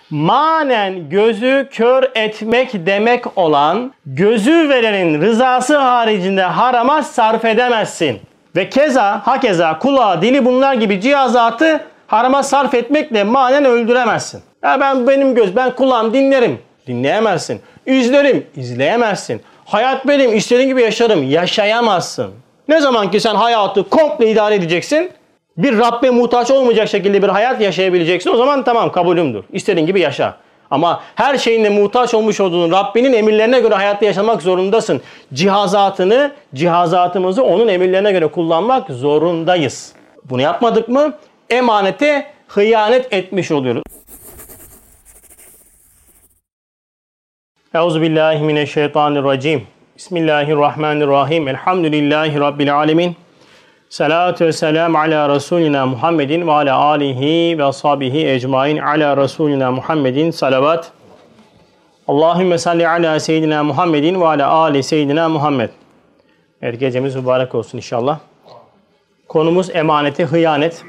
manen gözü kör etmek demek olan gözü verenin rızası haricinde harama sarf edemezsin. Ve hakeza kulağı, dili bunlar gibi cihazatı harama sarf etmekle manen öldüremezsin. Ya ben kulağım dinlerim. Dinleyemezsin. İzlerim. İzleyemezsin. Hayat benim. İstediğin gibi yaşarım. Yaşayamazsın. Ne zaman ki sen hayatı komple idare edeceksin, bir Rabbe muhtaç olmayacak şekilde bir hayat yaşayabileceksin, o zaman tamam, kabulümdür. İstediğin gibi yaşa. Ama her şeyinle muhtaç olmuş olduğun Rabbinin emirlerine göre hayatta yaşamak zorundasın. Cihazatımızı onun emirlerine göre kullanmak zorundayız. Bunu yapmadık mı emanete hıyanet etmiş oluyoruz. Euzubillahimineşşeytanirracim. Bismillahirrahmanirrahim. Elhamdülillahi Rabbil alemin. Salatu ve selamu ala Resulina Muhammedin ve ala alihi ve ashabihi ecmain ala Resulina Muhammedin salavat. Allahümme salli ala seyyidina Muhammedin ve ala ali seyyidina Muhammed. Evet, gecemiz mübarek olsun inşallah. Konumuz emanete hıyanet.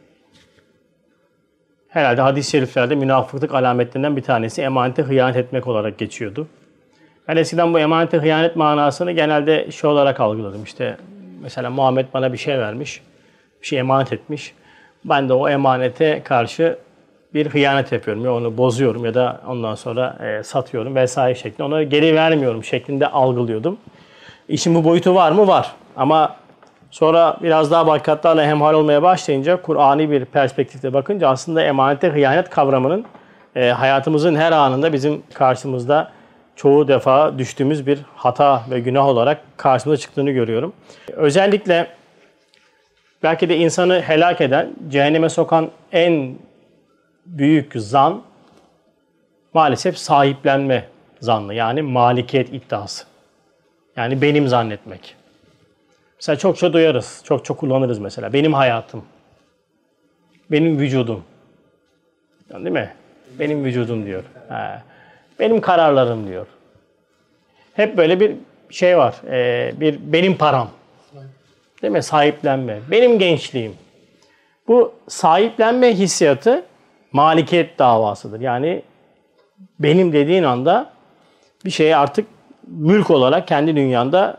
Herhalde hadis-i şeriflerde münafıklık alametlerinden bir tanesi emanete hıyanet etmek olarak geçiyordu. Ben eskiden bu emanete hıyanet manasını genelde şey olarak algıladım. İşte mesela Muhammed bana bir şey vermiş, bir şey emanet etmiş. Ben de o emanete karşı bir hıyanet yapıyorum. Ya onu bozuyorum ya da ondan sonra satıyorum vesaire şeklinde. Onu geri vermiyorum şeklinde algılıyordum. İşin bu boyutu var mı? Var. Ama sonra biraz daha vakatlarla hemhal olmaya başlayınca, Kur'ani bir perspektifte bakınca aslında emanete hıyanet kavramının hayatımızın her anında bizim karşımızda çoğu defa düştüğümüz bir hata ve günah olarak karşımıza çıktığını görüyorum. Özellikle belki de insanı helak eden, cehenneme sokan en büyük zan maalesef sahiplenme zannı. Yani malikiyet iddiası. Yani benim zannetmek. Mesela çok duyarız, çok kullanırız mesela. Benim hayatım, benim vücudum. Değil mi? Benim vücudum diyor. Benim kararlarım diyor. Hep böyle bir şey var. Bir benim param. Değil mi? Sahiplenme. Benim gençliğim. Bu sahiplenme hissiyatı malikiyet davasıdır. Yani benim dediğin anda bir şeyi artık mülk olarak kendi dünyanda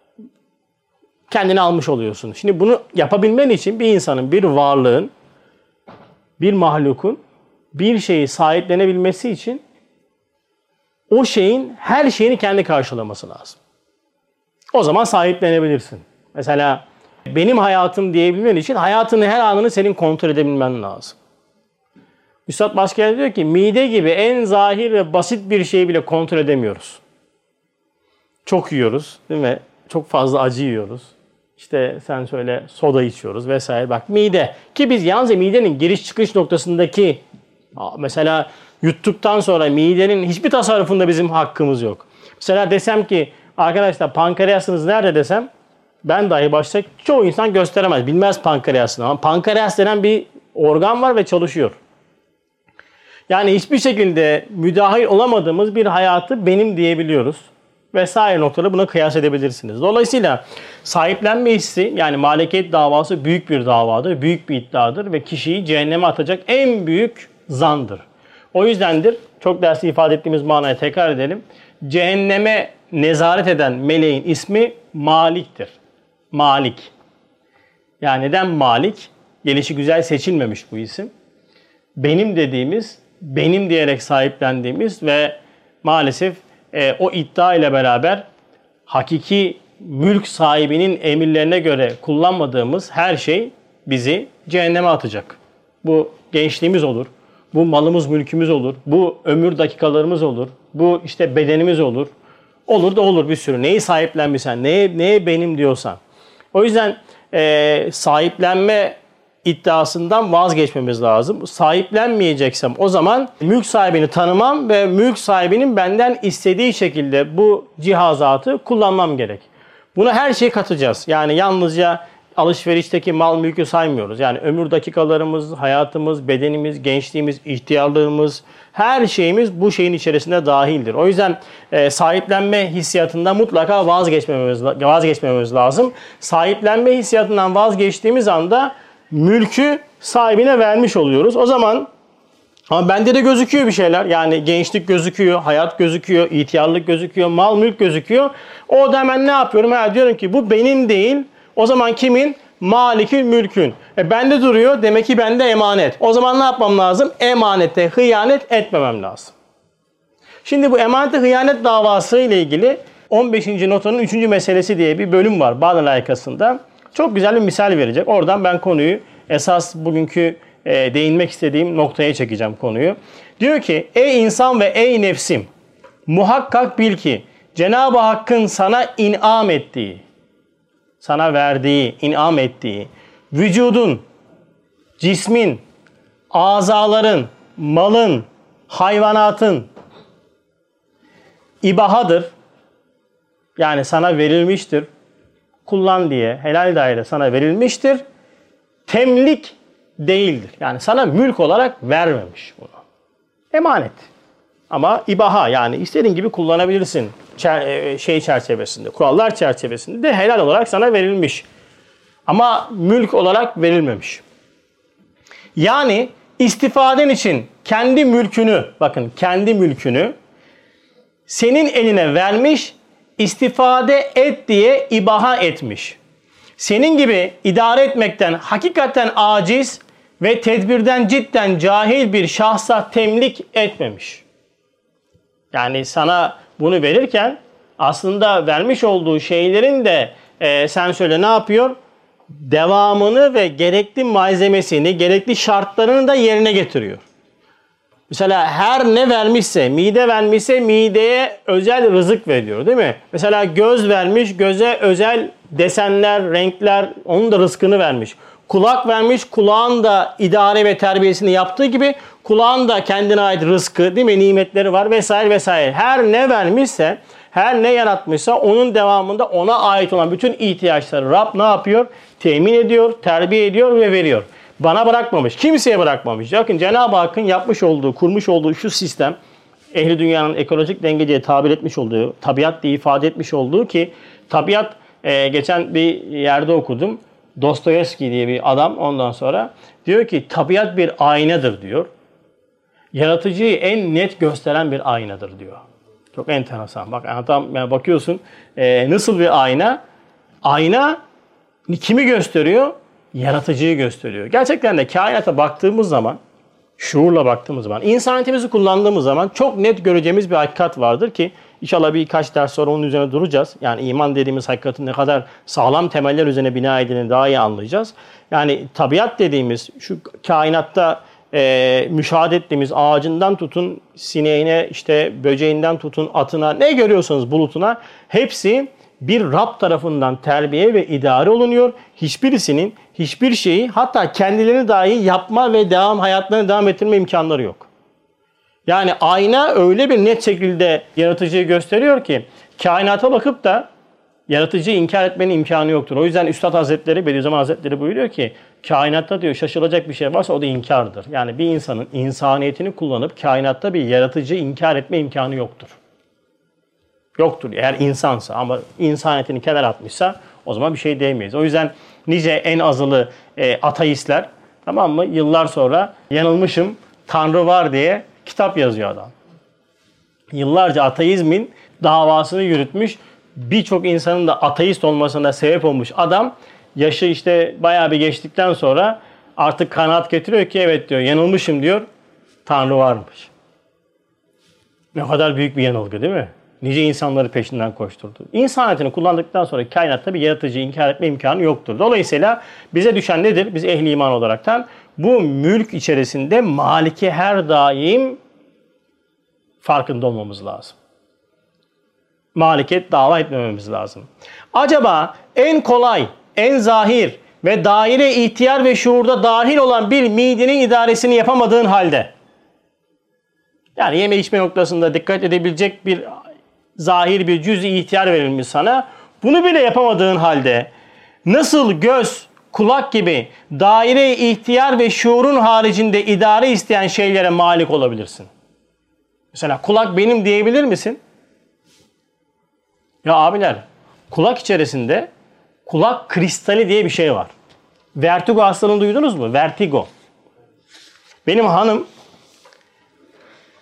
kendine almış oluyorsun. Şimdi bunu yapabilmen için bir insanın, bir varlığın, bir mahlukun bir şeyi sahiplenebilmesi için o şeyin her şeyini kendi karşılaması lazım. O zaman sahiplenebilirsin. Mesela benim hayatım diyebilmen için hayatının her anını senin kontrol edebilmen lazım. Üstad başka yerde diyor ki mide gibi en zahir ve basit bir şeyi bile kontrol edemiyoruz. Çok yiyoruz, değil mi? Çok fazla acı yiyoruz. İşte sen söyle soda içiyoruz vesaire. Bak mide ki biz yalnızca midenin giriş çıkış noktasındaki mesela yuttuktan sonra midenin hiçbir tasarrufunda bizim hakkımız yok. Mesela desem ki arkadaşlar pankreasınız nerede desem ben dahi başta çoğu insan gösteremez. Bilmez pankreasını ama pankreas denen bir organ var ve çalışıyor. Yani hiçbir şekilde müdahil olamadığımız bir hayatı benim diyebiliyoruz. Vesaire noktaları buna kıyas edebilirsiniz. Dolayısıyla sahiplenme hissi yani malikiyet davası büyük bir davadır, büyük bir iddiadır ve kişiyi cehenneme atacak en büyük zandır. O yüzdendir, çok derste ifade ettiğimiz manaya tekrar edelim. Cehenneme nezaret eden meleğin ismi Malik'tir. Malik. Yani neden Malik? Gelişigüzel seçilmemiş bu isim. Benim dediğimiz, benim diyerek sahiplendiğimiz ve maalesef o iddia ile beraber hakiki mülk sahibinin emirlerine göre kullanmadığımız her şey bizi cehenneme atacak. Bu gençliğimiz olur, bu malımız, mülkümüz olur, bu ömür dakikalarımız olur, bu işte bedenimiz olur. Olur da olur bir sürü. Neyi sahiplenmişsen, neye benim diyorsan. O yüzden sahiplenme iddiasından vazgeçmemiz lazım. Sahiplenmeyeceksem o zaman mülk sahibini tanımam ve mülk sahibinin benden istediği şekilde bu cihazatı kullanmam gerek. Buna her şeyi katacağız. Yani yalnızca alışverişteki mal mülkü saymıyoruz. Yani ömür dakikalarımız, hayatımız, bedenimiz, gençliğimiz, ihtiyarlığımız, her şeyimiz bu şeyin içerisinde dahildir. O yüzden sahiplenme hissiyatından mutlaka vazgeçmememiz lazım. Sahiplenme hissiyatından vazgeçtiğimiz anda mülkü sahibine vermiş oluyoruz. O zaman Ama bende de gözüküyor bir şeyler. Yani gençlik gözüküyor, hayat gözüküyor, ihtiyarlık gözüküyor, mal mülk gözüküyor. O da hemen ne yapıyorum? Diyorum ki bu benim değil. O zaman kimin? Malikül mülkün. Bende duruyor. Demek ki bende emanet. O zaman ne yapmam lazım? Emanete hıyanet etmemem lazım. Şimdi bu emanete hıyanet davası ile ilgili 15. notanın 3. meselesi diye bir bölüm var Bağdat layıkasında. Çok güzel bir misal verecek. Oradan ben konuyu esas bugünkü değinmek istediğim noktaya çekeceğim konuyu. Diyor ki ey insan ve ey nefsim muhakkak bil ki Cenab-ı Hakk'ın sana inam ettiği, sana verdiği, inam ettiği vücudun, cismin, azaların, malın, hayvanatın ibahadır. Yani sana verilmiştir. Kullan diye helal daire sana verilmiştir. Temlik değildir. Yani sana mülk olarak vermemiş bunu. Emanet. Ama ibaha yani istediğin gibi kullanabilirsin. Şey çerçevesinde, kurallar çerçevesinde de helal olarak sana verilmiş. Ama mülk olarak verilmemiş. Yani istifaden için kendi mülkünü, bakın kendi mülkünü senin eline vermiş, istifade et diye ibaha etmiş. Senin gibi idare etmekten hakikaten aciz ve tedbirden cidden cahil bir şahsa temlik etmemiş. Yani sana bunu verirken aslında vermiş olduğu şeylerin de sen söyle ne yapıyor? Devamını ve gerekli malzemesini, gerekli şartlarını da yerine getiriyor. Mesela her ne vermişse, mide vermişse mideye özel rızık veriyor değil mi? Mesela göz vermiş, göze özel desenler, renkler, onun da rızkını vermiş. Kulak vermiş, kulağın da idare ve terbiyesini yaptığı gibi kulağın da kendine ait rızkı, değil mi? Nimetleri var vesaire vesaire. Her ne vermişse, her ne yaratmışsa onun devamında ona ait olan bütün ihtiyaçları Rab ne yapıyor? Temin ediyor, terbiye ediyor ve veriyor. Bana bırakmamış. Kimseye bırakmamış. Bakın Cenab-ı Hakk'ın yapmış olduğu, kurmuş olduğu şu sistem, ehli dünyanın ekolojik denge diye tabir etmiş olduğu, tabiat diye ifade etmiş olduğu ki tabiat geçen bir yerde okudum. Dostoyevski diye bir adam ondan sonra diyor ki tabiat bir aynadır diyor. Yaratıcıyı en net gösteren bir aynadır diyor. Çok enteresan. Bak adam yani bakıyorsun nasıl bir ayna? Ayna kimi gösteriyor? Yaratıcıyı gösteriyor. Gerçekten de kainata baktığımız zaman, şuurla baktığımız zaman, insaniyetimizi kullandığımız zaman çok net göreceğimiz bir hakikat vardır ki inşallah birkaç ders sonra onun üzerine duracağız. Yani iman dediğimiz hakikatin ne kadar sağlam temeller üzerine bina edildiğini daha iyi anlayacağız. Yani tabiat dediğimiz şu kainatta müşahede ettiğimiz ağacından tutun sineğine, işte böceğinden tutun atına, ne görüyorsanız bulutuna hepsi bir Rab tarafından terbiye ve idare olunuyor. Hiçbirisinin hiçbir şeyi hatta kendilerini dahi yapma ve hayatlarını devam ettirme imkanları yok. Yani ayna öyle bir net şekilde yaratıcıyı gösteriyor ki kainata bakıp da yaratıcıyı inkar etmenin imkanı yoktur. O yüzden Üstad Hazretleri, Bediüzzaman Hazretleri buyuruyor ki kainatta diyor şaşılacak bir şey varsa o da inkardır. Yani bir insanın insaniyetini kullanıp kainatta bir yaratıcıyı inkar etme imkanı yoktur. Yoktur eğer insansa, ama insaniyetini kenara atmışsa o zaman bir şey diyemeyiz. O yüzden nice en azılı ateistler, tamam mı, yıllar sonra yanılmışım Tanrı var diye kitap yazıyor adam. Yıllarca ateizmin davasını yürütmüş, birçok insanın da ateist olmasına sebep olmuş adam yaşı işte bayağı bir geçtikten sonra artık kanaat getiriyor ki evet diyor, yanılmışım diyor, Tanrı varmış. Ne kadar büyük bir yanılgı değil mi? Nice insanları peşinden koşturdu. İnsaniyetini kullandıktan sonra kainatta bir yaratıcıyı inkar etme imkanı yoktur. Dolayısıyla bize düşen nedir? Biz ehli iman olaraktan bu mülk içerisinde Malik'e her daim farkında olmamız lazım. Malik'e dava etmememiz lazım. Acaba en kolay, en zahir ve daire ihtiyar ve şuurda dahil olan bir midenin idaresini yapamadığın halde, yani yeme içme noktasında dikkat edebilecek bir zahir bir cüz-i ihtiyar verilmiş sana, bunu bile yapamadığın halde nasıl göz, kulak gibi daire ihtiyar ve şuurun haricinde idare isteyen şeylere malik olabilirsin? Mesela kulak benim diyebilir misin? Ya abiler, kulak içerisinde kulak kristali diye bir şey var. Vertigo hastalığını duydunuz mu? Vertigo. Benim hanım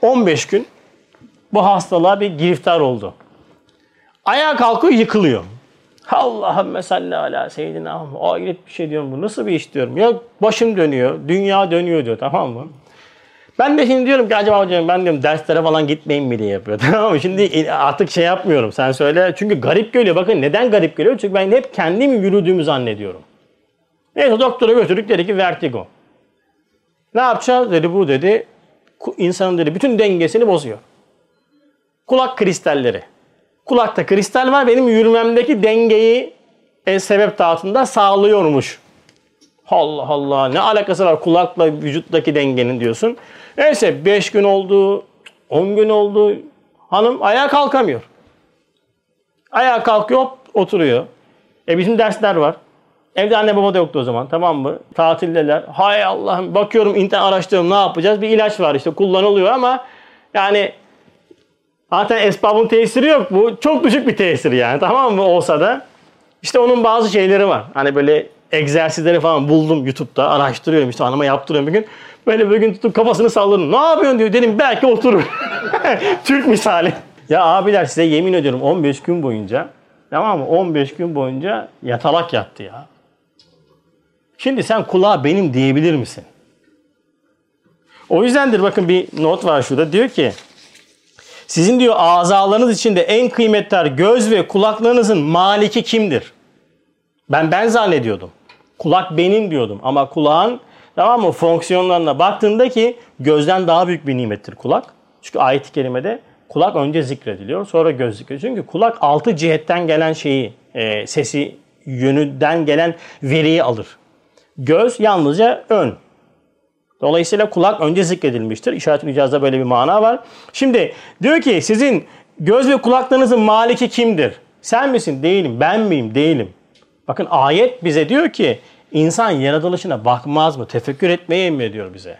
15 gün bu hastalığa bir giriftar oldu. Ayağa kalkıyor, yıkılıyor. Allahümme salli ala seyyidina. Ayret bir şey diyorum, bu nasıl bir iş diyorum. Ya başım dönüyor, dünya dönüyor diyor, tamam mı? Ben de şimdi diyorum ki acaba hocam ben diyorum derslere falan gitmeyeyim mi diye yapıyor. Tamam mı? Şimdi artık şey yapmıyorum, sen söyle. Çünkü garip geliyor. Bakın neden garip geliyor? Çünkü ben hep kendim yürüdüğümü zannediyorum. Neyse doktora götürdük, dedi ki vertigo. Ne yapacağız? Dedi bu dedi insanın dedi bütün dengesini bozuyor. Kulak kristalleri. Kulakta kristal var, benim yürümemdeki dengeyi sebep dağıtında sağlıyormuş. Allah Allah, ne alakası var kulakla vücuttaki dengenin diyorsun. Neyse 5 gün oldu, 10 gün oldu. Hanım ayağa kalkamıyor. Ayağa kalkıyor, oturuyor. Bizim dersler var. Evde anne baba da yoktu o zaman, tamam mı? Tatildeler. Hay Allah'ım, bakıyorum internet araştırıyorum ne yapacağız. Bir ilaç var işte, kullanılıyor ama yani zaten esbabın tesiri yok. Bu çok düşük bir tesir yani, tamam mı, olsa da. İşte onun bazı şeyleri var. Hani böyle egzersizleri falan buldum YouTube'da. Araştırıyorum işte, hanıma yaptırıyorum bir gün. Böyle bir gün tutup kafasını salladım. Ne yapıyorsun diyor. Dedim belki oturur. Türk misali. Ya abiler size yemin ediyorum 15 gün boyunca, tamam mı? 15 gün boyunca yatalak yattı ya. Şimdi sen kulağa benim diyebilir misin? O yüzdendir, bakın bir not var şurada. Diyor ki sizin diyor azalarınız içinde en kıymetli göz ve kulaklarınızın maliki kimdir? Ben zannediyordum. Kulak benim diyordum ama kulağın, tamam mı, fonksiyonlarına baktığında ki gözden daha büyük bir nimettir kulak. Çünkü ayet-i kerimede kulak önce zikrediliyor, sonra göz zikrediliyor. Çünkü kulak 6 cihetten gelen şeyi, sesi yönünden gelen veriyi alır. Göz yalnızca ön. Dolayısıyla kulak önce zikredilmiştir. İşaret-i İcaz'da böyle bir mana var. Şimdi diyor ki sizin göz ve kulaklarınızın maliki kimdir? Sen misin? Değilim. Ben miyim? Değilim. Bakın ayet bize diyor ki insan yaratılışına bakmaz mı? Tefekkür etmeyi emrediyor bize.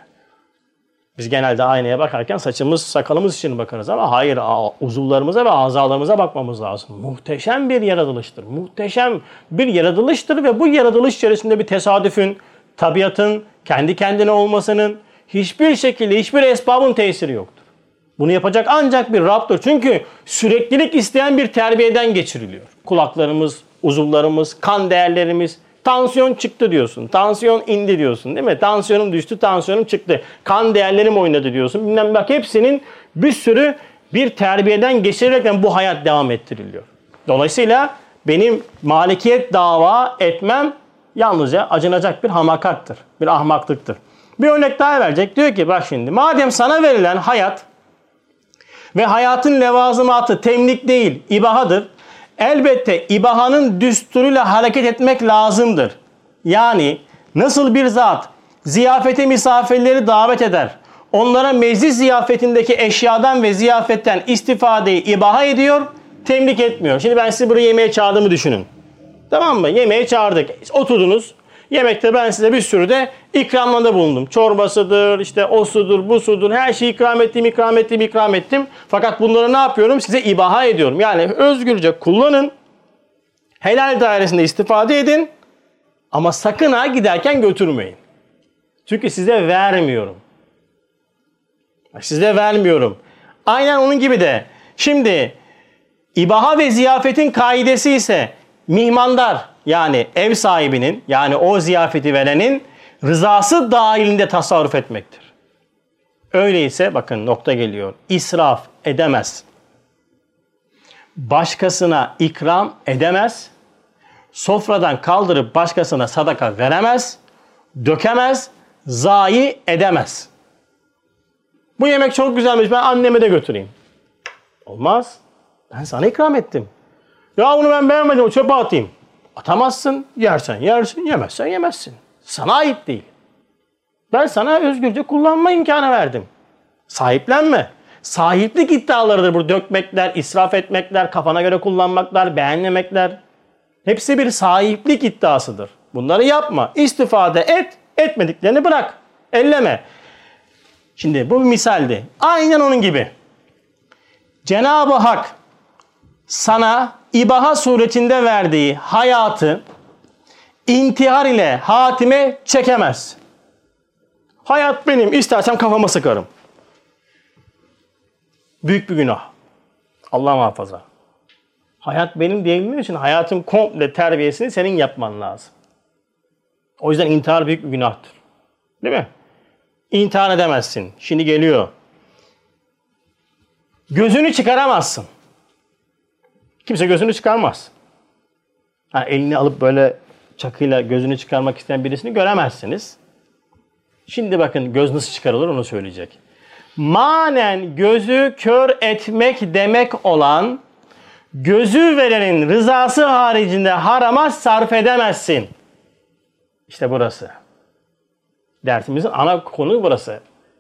Biz genelde aynaya bakarken saçımız, sakalımız için bakarız ama hayır, uzuvlarımıza ve azalarımıza bakmamız lazım. Muhteşem bir yaratılıştır. Muhteşem bir yaratılıştır ve bu yaratılış içerisinde bir tesadüfün, tabiatın, kendi kendine olmasının hiçbir şekilde, hiçbir esbabın tesiri yoktur. Bunu yapacak ancak bir Rab'dır. Çünkü süreklilik isteyen bir terbiyeden geçiriliyor. Kulaklarımız, uzuvlarımız, kan değerlerimiz. Tansiyon çıktı diyorsun. Tansiyon indi diyorsun, değil mi? Tansiyonum düştü, tansiyonum çıktı. Kan değerlerim oynadı diyorsun. Bilmem, bak hepsinin bir sürü bir terbiyeden geçirilerek bu hayat devam ettiriliyor. Dolayısıyla benim malikiyet dava etmem yalnızca acınacak bir hamakattır. Bir ahmaklıktır. Bir örnek daha verecek. Diyor ki bak şimdi, madem sana verilen hayat ve hayatın levazımatı temlik değil, ibahadır. Elbette ibahanın düsturuyla hareket etmek lazımdır. Yani nasıl bir zat ziyafete misafirleri davet eder, onlara meclis ziyafetindeki eşyadan ve ziyafetten istifadeyi ibaha ediyor, temlik etmiyor. Şimdi ben sizi buraya yemeğe çağırdığımı düşünün. Tamam mı? Yemeğe çağırdık. Oturdunuz. Yemekte ben size bir sürü de ikramlarda bulundum. Çorbasıdır, işte o sudur, bu sudur. Her şeyi ikram ettim. Fakat bunları ne yapıyorum? Size ibaha ediyorum. Yani özgürce kullanın. Helal dairesinde istifade edin. Ama sakın ha giderken götürmeyin. Çünkü size vermiyorum. Size vermiyorum. Aynen onun gibi de. Şimdi ibaha ve ziyafetin kaidesi ise mihmandar, yani ev sahibinin, yani o ziyafeti verenin rızası dahilinde tasarruf etmektir. Öyleyse bakın nokta geliyor. İsraf edemez. Başkasına ikram edemez. Sofradan kaldırıp başkasına sadaka veremez. Dökemez. Zayi edemez. Bu yemek çok güzelmiş, ben anneme de götüreyim. Olmaz. Ben sana ikram ettim. Ya bunu ben beğenmedim, çöpe atayım. Atamazsın. Yersen yersin, yemezsen yemezsin. Sana ait değil. Ben sana özgürce kullanma imkanı verdim. Sahiplenme. Sahiplik iddialarıdır bu dökmekler, israf etmekler, kafana göre kullanmaklar, beğenmemekler. Hepsi bir sahiplik iddiasıdır. Bunları yapma. İstifade et, etmediklerini bırak. Elleme. Şimdi bu bir misaldi. Aynen onun gibi. Cenab-ı Hak sana ibaha suretinde verdiği hayatı intihar ile hatime çekemez. Hayat benim, istersem kafama sıkarım. Büyük bir günah. Allah muhafaza. Hayat benim diyebilmen için hayatın komple terbiyesini senin yapman lazım. O yüzden intihar büyük bir günahtır. Değil mi? İntihar edemezsin. Şimdi geliyor. Gözünü çıkaramazsın. Kimse gözünü çıkarmaz. Yani elini alıp böyle çakıyla gözünü çıkarmak isteyen birisini göremezsiniz. Şimdi bakın göz nasıl çıkarılır onu söyleyecek. Manen gözü kör etmek demek olan gözü verenin rızası haricinde harama sarf edemezsin. İşte burası. Dersimizin ana konu burası.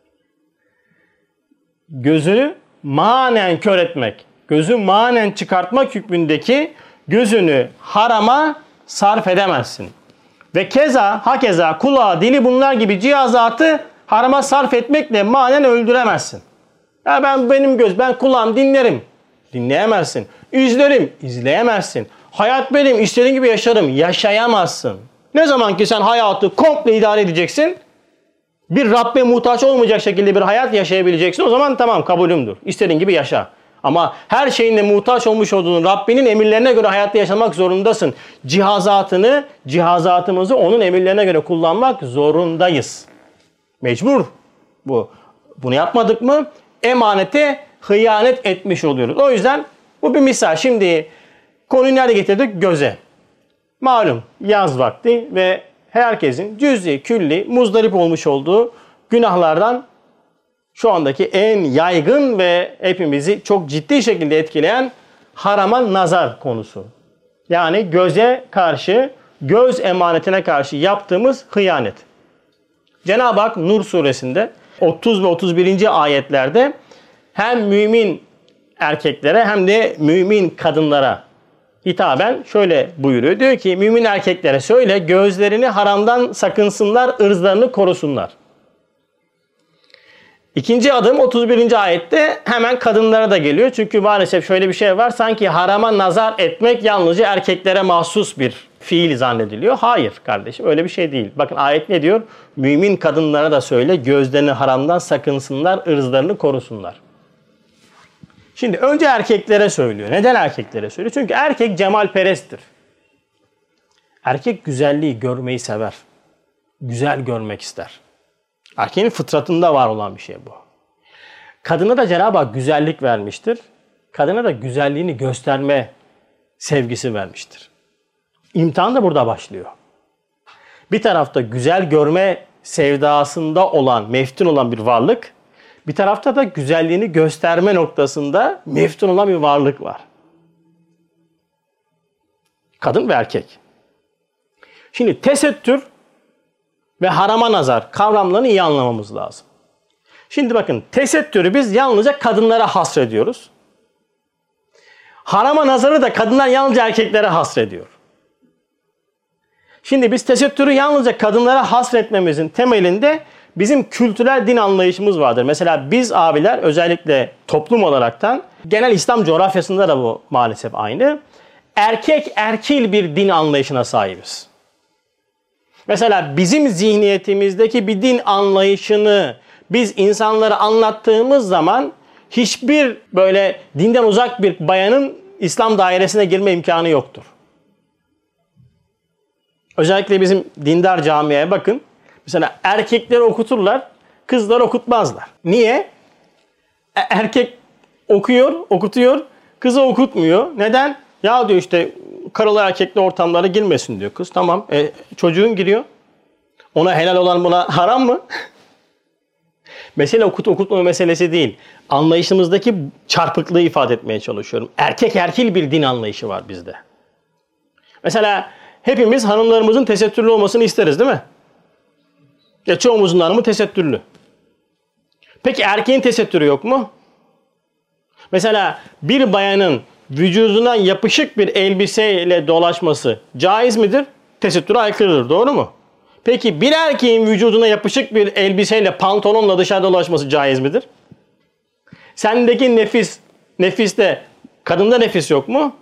Gözü manen kör etmek, gözü manen çıkartmak hükmündeki gözünü harama sarf edemezsin. Ve hakeza kulağı, dili bunlar gibi cihazatı harama sarf etmekle manen öldüremezsin. Ya ben kulağım dinlerim. Dinleyemezsin. İzlerim. İzleyemezsin. Hayat benim. İstediğin gibi yaşarım. Yaşayamazsın. Ne zaman ki sen hayatı komple idare edeceksin, bir Rabbe muhtaç olmayacak şekilde bir hayat yaşayabileceksin, o zaman tamam kabulümdür. İstediğin gibi yaşa. Ama her şeyinle muhtaç olmuş olduğun Rabbinin emirlerine göre hayatta yaşamak zorundasın. Cihazatımızı onun emirlerine göre kullanmak zorundayız. Mecbur bu. Bunu yapmadık mı emanete hıyanet etmiş oluyoruz. O yüzden bu bir misal. Şimdi konuyu nerede getirdik? Göze. Malum yaz vakti ve herkesin cüz'i, külli, muzdarip olmuş olduğu günahlardan şu andaki en yaygın ve hepimizi çok ciddi şekilde etkileyen harama nazar konusu. Yani göze karşı, göz emanetine karşı yaptığımız hıyanet. Cenab-ı Hak Nur suresinde 30 ve 31. ayetlerde hem mümin erkeklere hem de mümin kadınlara hitaben şöyle buyuruyor. Diyor ki mümin erkeklere söyle gözlerini haramdan sakınsınlar, ırzlarını korusunlar. İkinci adım 31. ayette hemen kadınlara da geliyor. Çünkü maalesef şöyle bir şey var. Sanki harama nazar etmek yalnızca erkeklere mahsus bir fiil zannediliyor. Hayır kardeşim öyle bir şey değil. Bakın ayet ne diyor? Mümin kadınlara da söyle gözlerini haramdan sakınsınlar, ırzlarını korusunlar. Şimdi önce erkeklere söylüyor. Neden erkeklere söylüyor? Çünkü erkek cemalperesttir. Erkek güzelliği görmeyi sever. Güzel görmek ister. Erkeğin fıtratında var olan bir şey bu. Kadına da Cenab-ı Hak güzellik vermiştir. Kadına da güzelliğini gösterme sevgisi vermiştir. İmtihan da burada başlıyor. Bir tarafta güzel görme sevdasında olan, meftun olan bir varlık, bir tarafta da güzelliğini gösterme noktasında meftun olan bir varlık var. Kadın ve erkek. Şimdi tesettür ve harama nazar kavramlarını iyi anlamamız lazım. Şimdi bakın tesettürü biz yalnızca kadınlara hasrediyoruz. Harama nazarı da kadınlar yalnızca erkeklere hasrediyor. Şimdi biz tesettürü yalnızca kadınlara hasretmemizin temelinde bizim kültürel din anlayışımız vardır. Mesela biz abiler özellikle toplum olaraktan genel İslam coğrafyasında da bu maalesef aynı. Erkek erkil bir din anlayışına sahibiz. Mesela bizim zihniyetimizdeki bir din anlayışını biz insanlara anlattığımız zaman hiçbir böyle dinden uzak bir bayanın İslam dairesine girme imkanı yoktur. Özellikle bizim dindar camiye bakın. Mesela erkekleri okuturlar, kızları okutmazlar. Niye? Erkek okutuyor, kızı okutmuyor. Neden? Ya diyor işte karılı erkekli ortamlara girmesin diyor kız. Tamam, çocuğun giriyor. Ona helal olan buna haram mı? Mesele okutma meselesi değil. Anlayışımızdaki çarpıklığı ifade etmeye çalışıyorum. Erkek erkil bir din anlayışı var bizde. Mesela hepimiz hanımlarımızın tesettürlü olmasını isteriz değil mi? Ya çoğumuzun hanımı tesettürlü. Peki erkeğin tesettürü yok mu? Mesela bir bayanın vücudundan yapışık bir elbiseyle dolaşması caiz midir? Tesettüre aykırıdır. Doğru mu? Peki bir erkeğin vücuduna yapışık bir elbiseyle pantolonla dışarıda dolaşması caiz midir? Sendeki nefiste kadında nefis yok mu?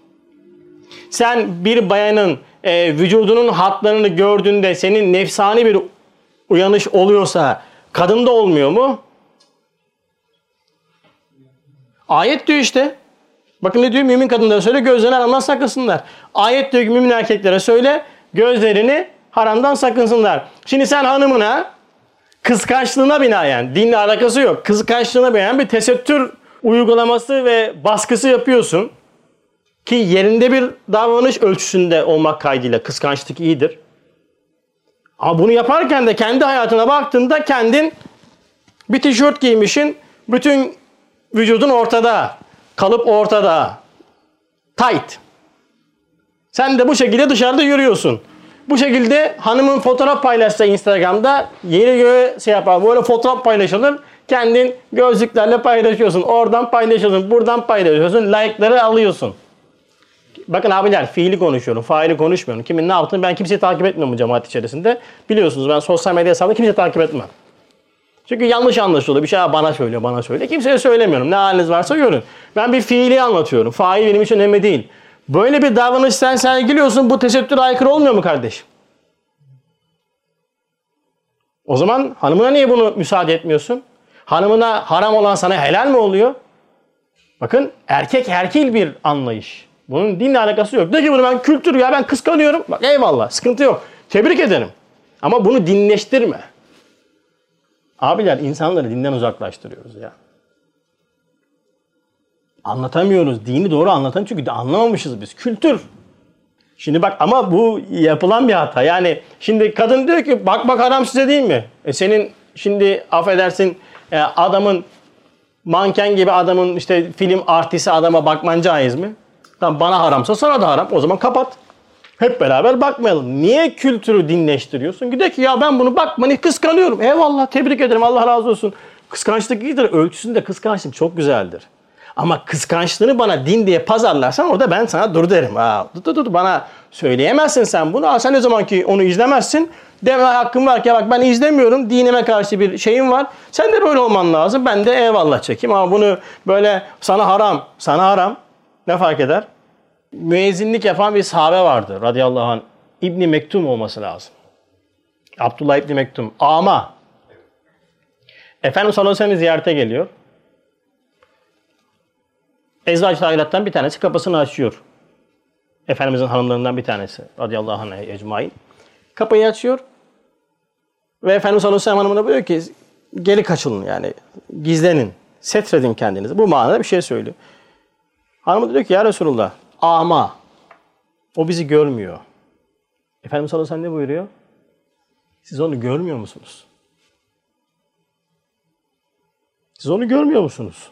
Sen bir bayanın vücudunun hatlarını gördüğünde senin nefsani bir uyanış oluyorsa kadında olmuyor mu? Ayet diyor işte. Bakın ne diyor? Mümin kadınlara söyle gözlerini haramdan sakınsınlar. Ayet diyor ki mümin erkeklere söyle gözlerini haramdan sakınsınlar. Şimdi sen hanımına kıskançlığına binaen, dinle alakası yok, kıskançlığına binaen bir tesettür uygulaması ve baskısı yapıyorsun. Ki yerinde bir davranış ölçüsünde olmak kaydıyla kıskançlık iyidir. Ama bunu yaparken de kendi hayatına baktığında kendin bir tişört giymişsin, bütün vücudun ortada, kalıp ortada, tight. Sen de bu şekilde dışarıda yürüyorsun. Bu şekilde hanımın fotoğraf paylaşsa Instagram'da yeri göğe yapar. Böyle fotoğraf paylaşılır. Kendin gözlüklerle paylaşıyorsun. Oradan paylaşıyorsun. Buradan paylaşıyorsun. Like'ları alıyorsun. Bakın abiler fiili konuşuyorum. Faili konuşmuyorum. Kimin ne yaptığını ben kimseyi takip etmiyorum bu cemaat içerisinde. Biliyorsunuz ben sosyal medya hesabında kimseyi takip etmem. Çünkü yanlış anlaşılıyor. Bir şey bana söyle. Kimseye söylemiyorum. Ne haliniz varsa görün. Ben bir fiili anlatıyorum. Fail benim için önemli değil. Böyle bir davranış sen sergiliyorsun. Bu tesettüre aykırı olmuyor mu kardeşim? O zaman hanımına niye bunu müsaade etmiyorsun? Hanımına haram olan sana helal mi oluyor? Bakın erkek erkil bir anlayış. Bunun dinle alakası yok. De ki bunu ben kültür ya ben kıskanıyorum. Bak eyvallah sıkıntı yok. Tebrik ederim. Ama bunu dinleştirme. Abiler insanları dinden uzaklaştırıyoruz ya. Anlatamıyoruz. Dini doğru anlatamıyoruz çünkü anlamamışız biz. Kültür. Şimdi bak ama bu yapılan bir hata. Yani şimdi kadın diyor ki bak haram size değil mi? Senin şimdi affedersin adamın manken gibi adamın işte film artisti adama bakman caiz mi? Tamam bana haramsa sana da haram. O zaman kapat. Hep beraber bakmayalım. Niye kültürü dinleştiriyorsun? Gidiyor ki ya ben bunu bakmanı kıskanıyorum. Eyvallah tebrik ederim Allah razı olsun. Kıskançlık iyidir. Ölçüsünde kıskançlık çok güzeldir. Ama kıskançlığını bana din diye pazarlarsan orada ben sana dur derim. Dur bana söyleyemezsin sen bunu. Sen ne zaman ki onu izlemezsin deme hakkım var ki bak ben izlemiyorum. Dinime karşı bir şeyim var. Sen de böyle olman lazım. Ben de eyvallah çekeyim ama bunu böyle sana haram. Ne fark eder? Müezzinlik yapan bir sahabe vardı radıyallahu anh. İbni Mektum olması lazım. Abdullah İbni Mektum. Ama Efendimiz sallallahu aleyhi ve sellem ziyarete geliyor. Ezvac-ı tahirattan bir tanesi kapısını açıyor. Efendimizin hanımlarından bir tanesi radıyallahu anh ecmaîn. Kapıyı açıyor. Ve Efendimiz sallallahu aleyhi ve sellem hanımına diyor ki geri kaçılın yani gizlenin. Setredin kendinizi. Bu manada bir şey söylüyor. Hanımı diyor ki ya Resulullah ama o bizi görmüyor. Efendimiz sallallahu aleyhi ve sellem ne buyuruyor? Siz onu görmüyor musunuz? Siz onu görmüyor musunuz?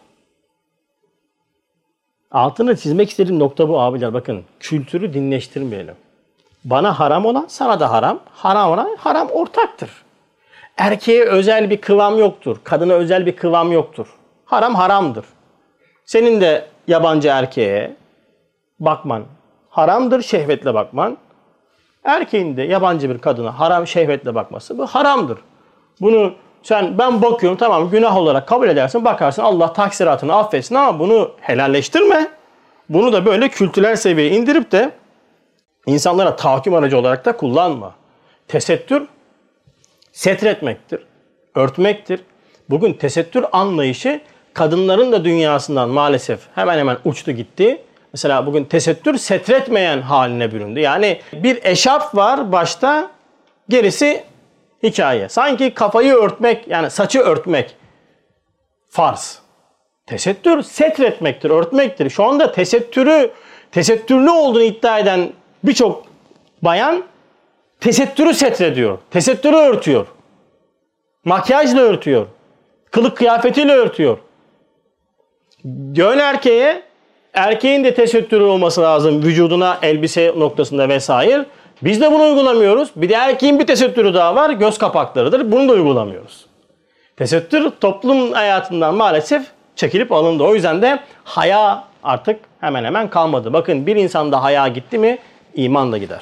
Altını çizmek istediğim nokta bu abiler. Bakın kültürü dinleştirmeyelim. Bana haram olan sana da haram. Haram olan haram ortaktır. Erkeğe özel bir kıvam yoktur. Kadına özel bir kıvam yoktur. Haram haramdır. Senin de yabancı erkeğe bakman haramdır, şehvetle bakman. Erkeğin de yabancı bir kadına haram şehvetle bakması bu haramdır. Bunu ben bakıyorum tamam günah olarak kabul edersin bakarsın Allah taksiratını affetsin ama bunu helalleştirme. Bunu da böyle kültürel seviyeye indirip de insanlara tahakküm aracı olarak da kullanma. Tesettür setretmektir, örtmektir. Bugün tesettür anlayışı kadınların da dünyasından maalesef hemen hemen uçtu gitti. Mesela bugün tesettür setretmeyen haline büründü. Yani bir eşarp var başta, gerisi hikaye. Sanki kafayı örtmek, yani saçı örtmek farz. Tesettür setretmektir, örtmektir. Şu anda tesettürlü olduğunu iddia eden birçok bayan tesettürü setrediyor. Tesettürü örtüyor. Makyajla örtüyor. Kılık kıyafetiyle örtüyor. Yön erkeğin de tesettürü olması lazım vücuduna, elbise noktasında vesaire. Biz de bunu uygulamıyoruz. Bir de erkeğin bir tesettürü daha var. Göz kapaklarıdır. Bunu da uygulamıyoruz. Tesettür toplum hayatından maalesef çekilip alındı. O yüzden de haya artık hemen hemen kalmadı. Bakın bir insanda haya gitti mi iman da gider.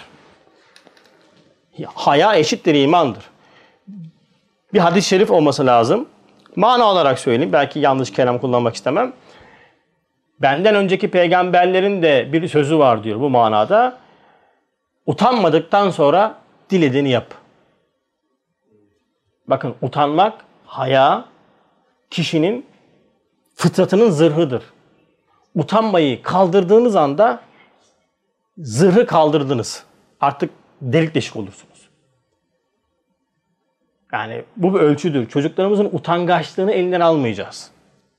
Haya eşittir imandır. Bir hadis-i şerif olması lazım. Mana olarak söyleyeyim. Belki yanlış kelam kullanmak istemem. Benden önceki peygamberlerin de bir sözü var diyor bu manada. Utanmadıktan sonra dilediğini yap. Bakın utanmak, haya kişinin Fıtratının zırhıdır. Utanmayı kaldırdığınız anda zırhı kaldırdınız. Artık delik deşik olursunuz. Yani bu bir ölçüdür. Çocuklarımızın utangaçlığını elinden almayacağız.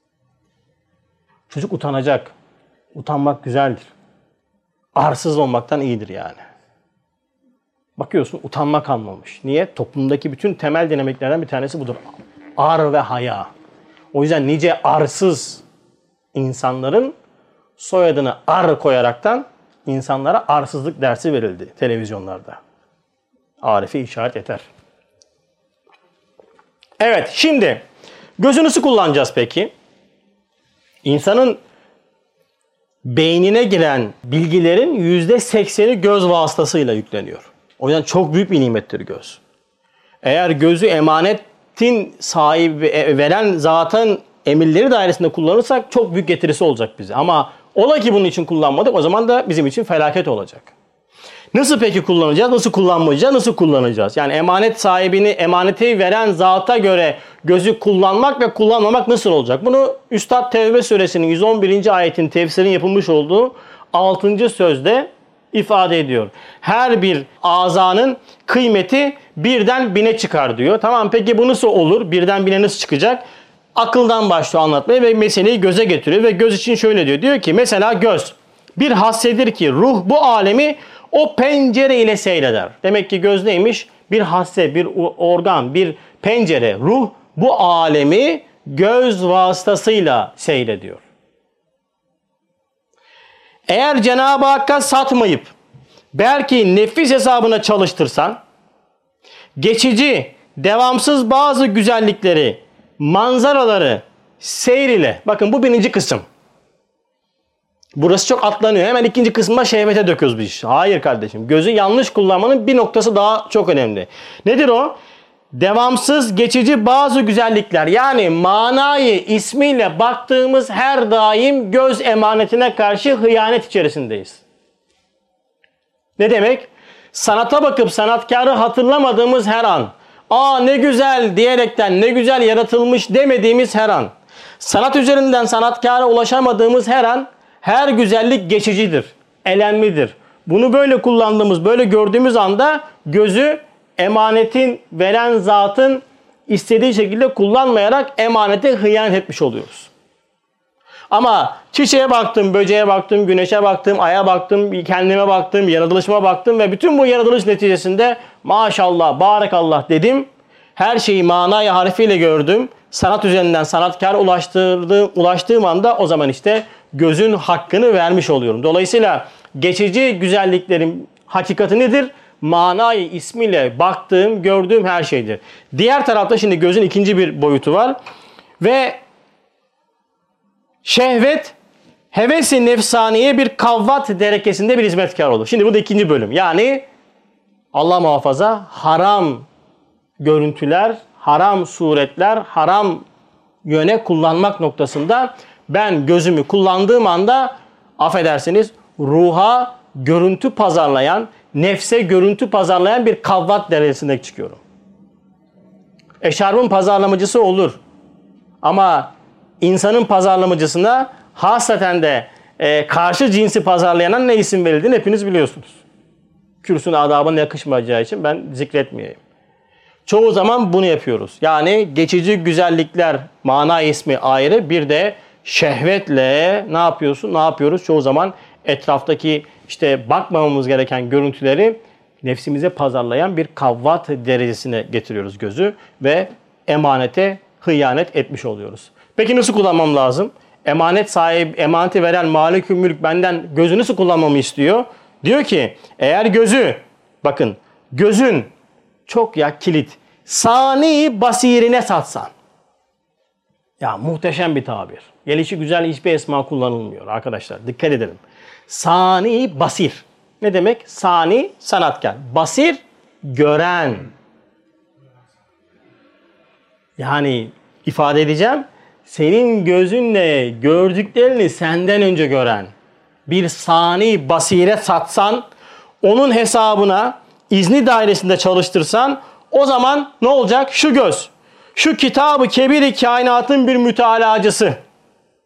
Çocuk utanacak. Utanmak güzeldir. Arsız olmaktan iyidir yani. Bakıyorsun utanma kalmamış. Niye? Toplumdaki bütün temel dinamiklerden bir tanesi budur. Ar ve haya. O yüzden nice arsız insanların soyadını ar koyaraktan insanlara arsızlık dersi verildi televizyonlarda. Arif'i işaret yeter. Evet, şimdi gözü nasıl kullanacağız peki? İnsanın beynine giren bilgilerin %80'i göz vasıtasıyla yükleniyor. O yüzden çok büyük bir nimettir göz. Eğer gözü emanetin sahibi veren zatın emirleri dairesinde kullanırsak çok büyük getirisi olacak bize. Ama ola ki bunun için kullanmadık, o zaman da bizim için felaket olacak. Nasıl peki kullanacağız? Nasıl kullanmayacağız? Nasıl kullanacağız? Yani emanet sahibini, emaneti veren zata göre gözü kullanmak ve kullanmamak nasıl olacak? Bunu Üstad Tevbe suresinin 111. ayetin tefsirin yapılmış olduğu 6. sözde ifade ediyor. Her bir azanın kıymeti birden bine çıkar diyor. Tamam, peki bu nasıl olur? Birden bine nasıl çıkacak? Akıldan başlıyor anlatmaya ve meseleyi göze getiriyor ve göz için şöyle diyor. Diyor ki mesela göz bir hassedir ki ruh bu alemi o pencere ile seyreder. Demek ki göz neymiş? Bir hasse, bir organ, bir pencere. Ruh bu alemi göz vasıtasıyla seyrediyor. Eğer Cenab-ı Hakk'a satmayıp belki nefis hesabına çalıştırsan, geçici, devamsız bazı güzellikleri, manzaraları seyir ile, bakın bu birinci kısım. Burası çok atlanıyor. Hemen ikinci kısmına şehvete döküyoruz biz işte. Hayır kardeşim. Gözü yanlış kullanmanın bir noktası daha çok önemli. Nedir o? Devamsız, geçici bazı güzellikler. Yani manayı ismiyle baktığımız her daim göz emanetine karşı hıyanet içerisindeyiz. Ne demek? Sanata bakıp sanatkarı hatırlamadığımız her an, aa ne güzel diyerekten ne güzel yaratılmış demediğimiz her an, sanat üzerinden sanatkara ulaşamadığımız her an, her güzellik geçicidir, elemlidir. Bunu böyle kullandığımız, böyle gördüğümüz anda gözü emanetin veren zatın istediği şekilde kullanmayarak emanete hıyanet etmiş oluyoruz. Ama çiçeğe baktım, böceğe baktım, güneşe baktım, aya baktım, kendime baktım, yaratılışıma baktım ve bütün bu yaratılış neticesinde maşallah, barakallah dedim. Her şeyi manayı harfiyle gördüm. Sanat üzerinden sanatkar ulaştığım anda o zaman işte gözün hakkını vermiş oluyorum. Dolayısıyla geçici güzelliklerin hakikati nedir? Manayı ismiyle baktığım, gördüğüm her şeydir. Diğer tarafta şimdi gözün ikinci bir boyutu var. Ve şehvet, hevesi nefsaniye bir kavvat derekesinde bir hizmetkar olur. Şimdi bu da ikinci bölüm. Yani Allah muhafaza haram görüntüler, haram suretler, haram yöne kullanmak noktasında ben gözümü kullandığım anda affedersiniz ruha görüntü pazarlayan, nefse görüntü pazarlayan bir kavvat derecesine çıkıyorum. Eşarbın pazarlamacısı olur. Ama insanın pazarlamacısına hasaten de karşı cinsi pazarlayana ne isim verildiğini hepiniz biliyorsunuz. Kürsünün adabına yakışmayacağı için ben zikretmeyeyim. Çoğu zaman bunu yapıyoruz. Yani geçici güzellikler mana ismi ayrı, bir de şehvetle ne yapıyorsun? Ne yapıyoruz? Çoğu zaman etraftaki işte bakmamamız gereken görüntüleri nefsimize pazarlayan bir kavvat derecesine getiriyoruz gözü ve emanete hıyanet etmiş oluyoruz. Peki nasıl kullanmam lazım? Emanet sahibi, emaneti veren Malikül Mülk benden gözü nasıl kullanmamı istiyor? Diyor ki eğer gözü, bakın gözün çok ya kilit, sani basirine satsan. Ya muhteşem bir tabir. Gelişi güzel hiçbir esma kullanılmıyor arkadaşlar. Dikkat edelim. Sani basir. Ne demek? Sani sanatkar. Basir gören. Yani ifade edeceğim. Senin gözünle gördüklerini senden önce gören bir sani basire satsan, onun hesabına izni dairesinde çalıştırsan, o zaman ne olacak? Şu göz, şu kitabı kebiri kainatın bir mütalacısı.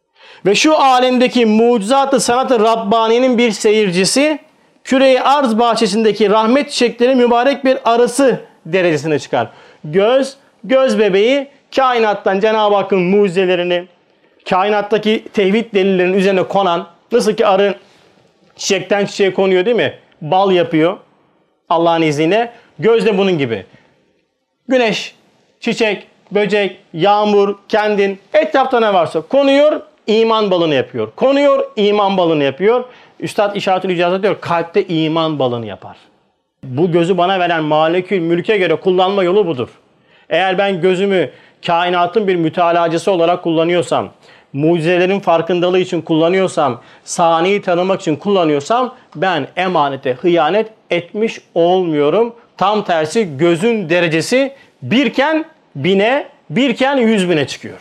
Ve şu alemdeki mucizat-ı sanat-ı Rabbani'nin bir seyircisi, küre-i arz bahçesindeki rahmet çiçekleri mübarek bir arısı derecesine çıkar. Göz bebeği kainattan Cenab-ı Hakk'ın mucizelerini, kainattaki tevhid delillerinin üzerine konan, nasıl ki arı çiçekten çiçeğe konuyor değil mi? Bal yapıyor Allah'ın izniyle. Göz de bunun gibi. Güneş, çiçek, böcek, yağmur, kendin, etrafta ne varsa konuyor, iman balını yapıyor. Konuyor, iman balını yapıyor. Üstad İşaretül İcazat diyor, kalpte iman balını yapar. Bu gözü bana veren Malikül Mülk'e göre kullanma yolu budur. Eğer ben gözümü kainatın bir mütalacısı olarak kullanıyorsam, mucizelerin farkındalığı için kullanıyorsam, saniyi tanımak için kullanıyorsam ben emanete hıyanet etmiş olmuyorum. Tam tersi gözün derecesi birken bine, birken 100.000'e çıkıyor.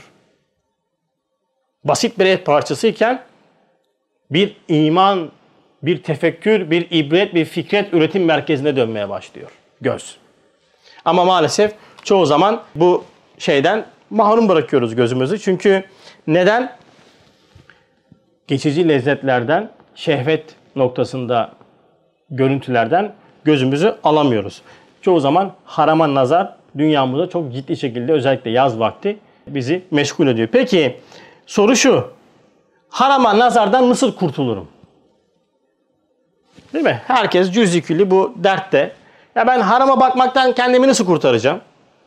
Basit bir et parçasıyken bir iman, bir tefekkür, bir ibret, bir fikret üretim merkezine dönmeye başlıyor göz. Ama maalesef çoğu zaman bu şeyden mahrum bırakıyoruz gözümüzü. Çünkü neden? Geçici lezzetlerden, şehvet noktasında görüntülerden gözümüzü alamıyoruz. Çoğu zaman harama nazar dünyamızda çok ciddi şekilde özellikle yaz vakti bizi meşgul ediyor. Peki soru şu. Harama nazardan nasıl kurtulurum? Değil mi? Herkes cüz-i külli bu dertte. Ya ben harama bakmaktan kendimi nasıl kurtaracağım?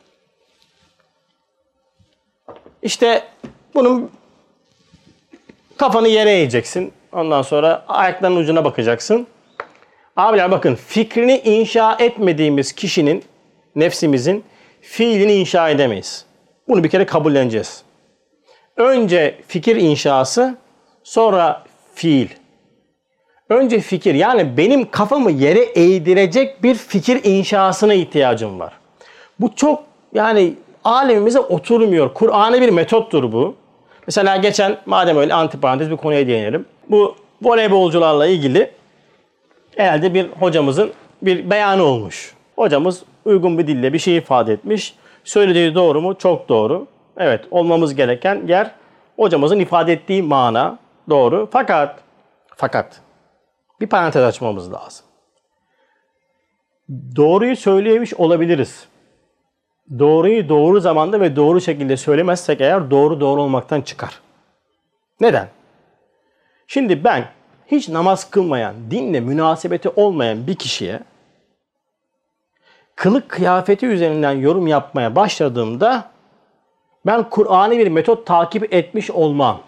İşte bunun kafanı yere eğeceksin. Ondan sonra ayaklarının ucuna bakacaksın. Abiler bakın, fikrini inşa etmediğimiz kişinin, nefsimizin fiilini inşa edemeyiz. Bunu bir kere kabulleneceğiz. Önce fikir inşası, sonra fiil. Önce fikir, yani benim kafamı yere eğdirecek bir fikir inşasına ihtiyacım var. Bu çok yani alemimize oturmuyor. Kur'an'ı bir metottur bu. Mesela geçen, madem öyle antiparantez bir konuya değinelim. Bu voleybolcularla ilgili herhalde bir hocamızın bir beyanı olmuş. Hocamız uygun bir dille bir şey ifade etmiş. Söylediği doğru mu? Çok doğru. Evet, olmamız gereken yer hocamızın ifade ettiği mana doğru. Fakat bir parantez açmamız lazım. Doğruyu söyleyemiş olabiliriz. Doğruyu doğru zamanda ve doğru şekilde söylemezsek eğer doğru olmaktan çıkar. Neden? Şimdi ben hiç namaz kılmayan, dinle münasebeti olmayan bir kişiye kılık kıyafeti üzerinden yorum yapmaya başladığımda ben Kur'an'ı bir metot takip etmiş olmam.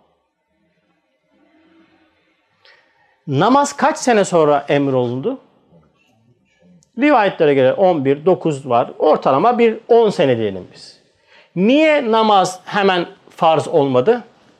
Namaz kaç sene sonra emrolundu? Rivayetlere göre 11, 9 var. Ortalama bir 10 sene diyelim biz. Niye namaz hemen farz olmadı?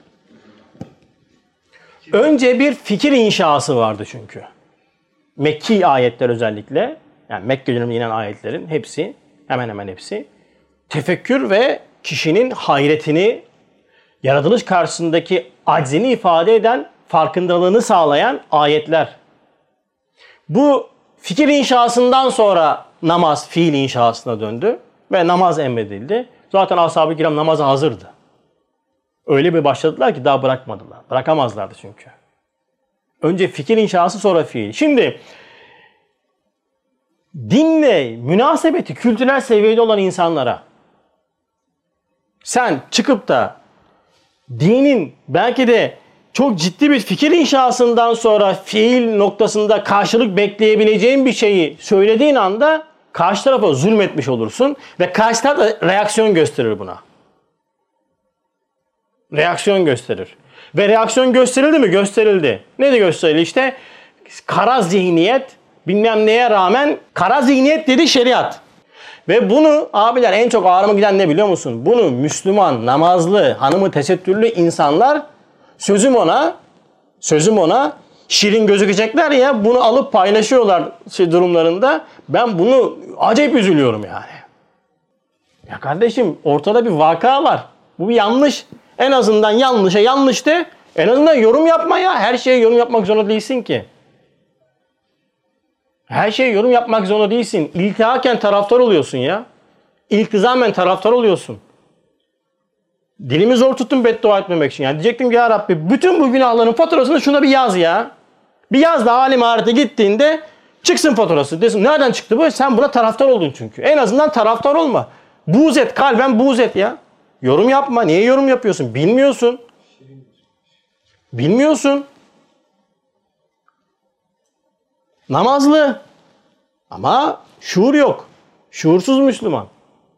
Önce bir fikir inşası vardı çünkü. Mekki ayetler özellikle, yani Mekke döneminde inen ayetlerin hepsi, hemen hemen hepsi, tefekkür ve kişinin hayretini, yaratılış karşısındaki aczini ifade eden, farkındalığını sağlayan ayetler. Bu fikir inşasından sonra namaz fiil inşasına döndü ve namaz emredildi. Zaten ashab-ı kiram namaza hazırdı. Öyle bir başladılar ki daha bırakmadılar. Bırakamazlardı çünkü. Önce fikir inşası, sonra fiil. Şimdi dinle münasebeti kültürel seviyede olan insanlara sen çıkıp da dinin belki de çok ciddi bir fikir inşasından sonra fiil noktasında karşılık bekleyebileceğin bir şeyi söylediğin anda karşı tarafa zulmetmiş olursun ve karşı taraf da reaksiyon gösterir buna. Reaksiyon gösterir. Ve reaksiyon gösterildi mi? Gösterildi. Ne de gösterildi? İşte kara zihniyet, bilmem neye rağmen kara zihniyet dedi şeriat. Ve bunu abiler en çok ağrıma giden ne biliyor musun? Bunu Müslüman, namazlı, hanımı tesettürlü insanlar sözüm ona şirin gözükecekler ya, bunu alıp paylaşıyorlar durumlarında. Ben bunu acayip üzülüyorum yani. Ya kardeşim, ortada bir vaka var. Bu bir yanlış. En azından yanlışa yanlış de. En azından yorum yapma ya. Her şeye yorum yapmak zorunda değilsin ki. Her şeye yorum yapmak zorunda değilsin. İltihaken taraftar oluyorsun ya. İltizamen taraftar oluyorsun. Dilimi zor tuttum beddua etmemek için. Yani diyecektim ki ya Rabbi bütün bu günahların faturasını şuna bir yaz ya. Bir yaz da alim ahirete gittiğinde çıksın faturası. Desin nereden çıktı bu? Sen buna taraftar oldun çünkü. En azından taraftar olma. Buğz et, kalben buğz et ya. Yorum yapma. Niye yorum yapıyorsun? Bilmiyorsun. Bilmiyorsun. Namazlı. Ama şuur yok. Şuursuz Müslüman.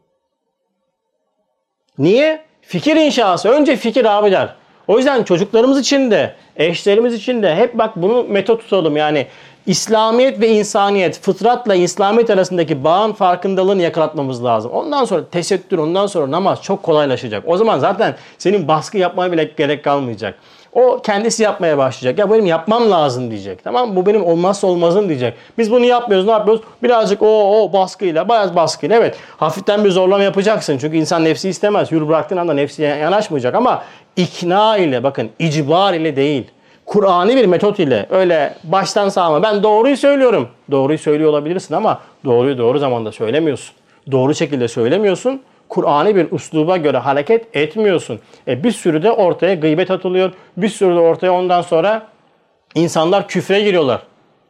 Niye? Fikir inşası. Önce fikir abiler. O yüzden çocuklarımız için de, eşlerimiz için de hep bak bunu metot tutalım. Yani İslamiyet ve insaniyet, fıtratla İslamiyet arasındaki bağın farkındalığını yakalatmamız lazım. Ondan sonra tesettür, ondan sonra namaz çok kolaylaşacak. O zaman zaten senin baskı yapmaya bile gerek kalmayacak. O kendisi yapmaya başlayacak. Ya benim yapmam lazım diyecek. Tamam mı? Bu benim olmazsa olmazım diyecek. Biz bunu yapmıyoruz. Ne yapıyoruz? Birazcık o baskıyla, bayağı baskıyla. Evet. Hafiften bir zorlama yapacaksın. Çünkü insan nefsi istemez. Yürü bıraktığın anda nefsi yanaşmayacak. Ama ikna ile bakın icbar ile değil. Kur'an'ı bir metot ile öyle baştan sağma. Ben doğruyu söylüyorum. Doğruyu söylüyor olabilirsin ama doğruyu doğru zamanda söylemiyorsun. Doğru şekilde söylemiyorsun. Kur'an'ı bir üsluba göre hareket etmiyorsun. Bir sürü de ortaya gıybet atılıyor. Bir sürü de ortaya ondan sonra insanlar küfre giriyorlar.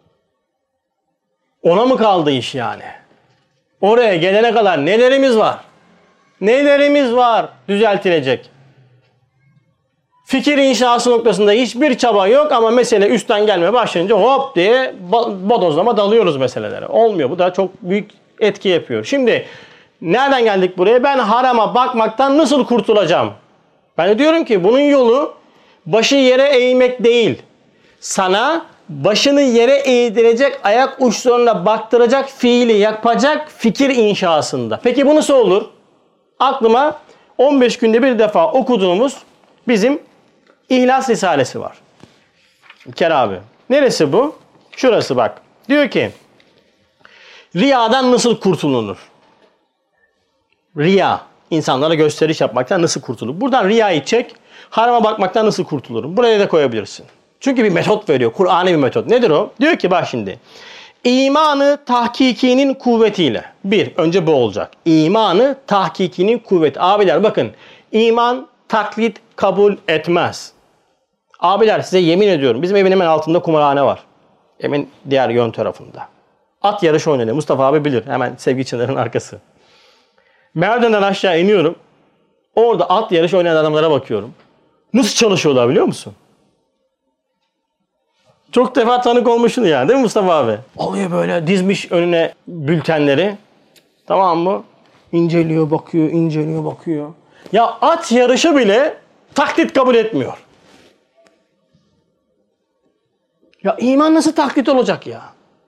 Ona mı kaldı iş yani? Oraya gelene kadar nelerimiz var? Nelerimiz var düzeltilecek? Fikir inşası noktasında hiçbir çaba yok ama mesele üstten gelmeye başlayınca hop diye bodozlama dalıyoruz meselelere. Olmuyor. Bu da çok büyük etki yapıyor. Şimdi nereden geldik buraya? Ben harama bakmaktan nasıl kurtulacağım? Ben de diyorum ki bunun yolu başı yere eğmek değil. Sana başını yere eğdirecek, ayak uçlarına baktıracak fiili yapacak fikir inşasında. Peki bu nasıl olur? Aklıma 15 günde bir defa okuduğumuz bizim İhlas Risalesi var. İlker abi. Neresi bu? Şurası bak. Diyor ki riyadan nasıl kurtulunur? Riya. İnsanlara gösteriş yapmaktan nasıl kurtulur? Buradan riyayı çek. Harama bakmaktan nasıl kurtulurum? Buraya da koyabilirsin. Çünkü bir metot veriyor. Kur'an'ı bir metot. Nedir o? Diyor ki bak şimdi. İmanı tahkikinin kuvvetiyle. Önce bu olacak. İmanı tahkikinin kuvveti. Abiler bakın. İman taklit kabul etmez. Abiler size yemin ediyorum. Bizim evin hemen altında kumarhane var. Hemen diğer yön tarafında. At yarışı oynanıyor. Mustafa abi bilir. Hemen Sevgi Çınar'ın arkası. Merdivenden aşağı iniyorum. Orada at yarışı oynayan adamlara bakıyorum. Nasıl çalışıyorlar biliyor musun? Çok defa tanık olmuşsun yani değil mi Mustafa abi? Oluyor böyle dizmiş önüne bültenleri. Tamam mı? İnceliyor bakıyor, inceliyor bakıyor. Ya at yarışı bile taklit kabul etmiyor. Ya iman nasıl taklit olacak ya?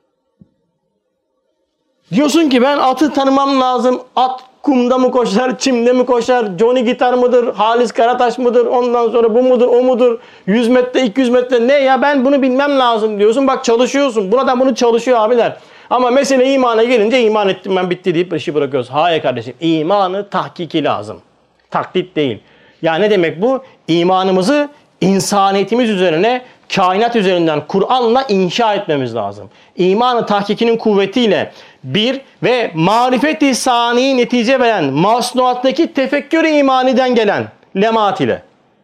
Diyorsun ki ben atı tanımam lazım. At kumda mı koşar, çimde mi koşar, Johnny Gitar mıdır, Halis Karataş mıdır, ondan sonra bu mudur, o mudur, 100 metre, 200 metre ne ya ben bunu bilmem lazım diyorsun. Bak çalışıyorsun. Buradan bunu çalışıyor abiler. Ama mesele imana gelince iman ettim ben bitti deyip işi bırakıyoruz. Hayır kardeşim imanı tahkiki lazım. Taklit değil. Ya ne demek bu? İmanımızı insaniyetimiz üzerine, kainat üzerinden Kur'an'la inşa etmemiz lazım. İmanı tahkikinin kuvvetiyle ve marifet-i sani netice veren masnuattaki tefekkür-i imaniden gelen lemaat ile.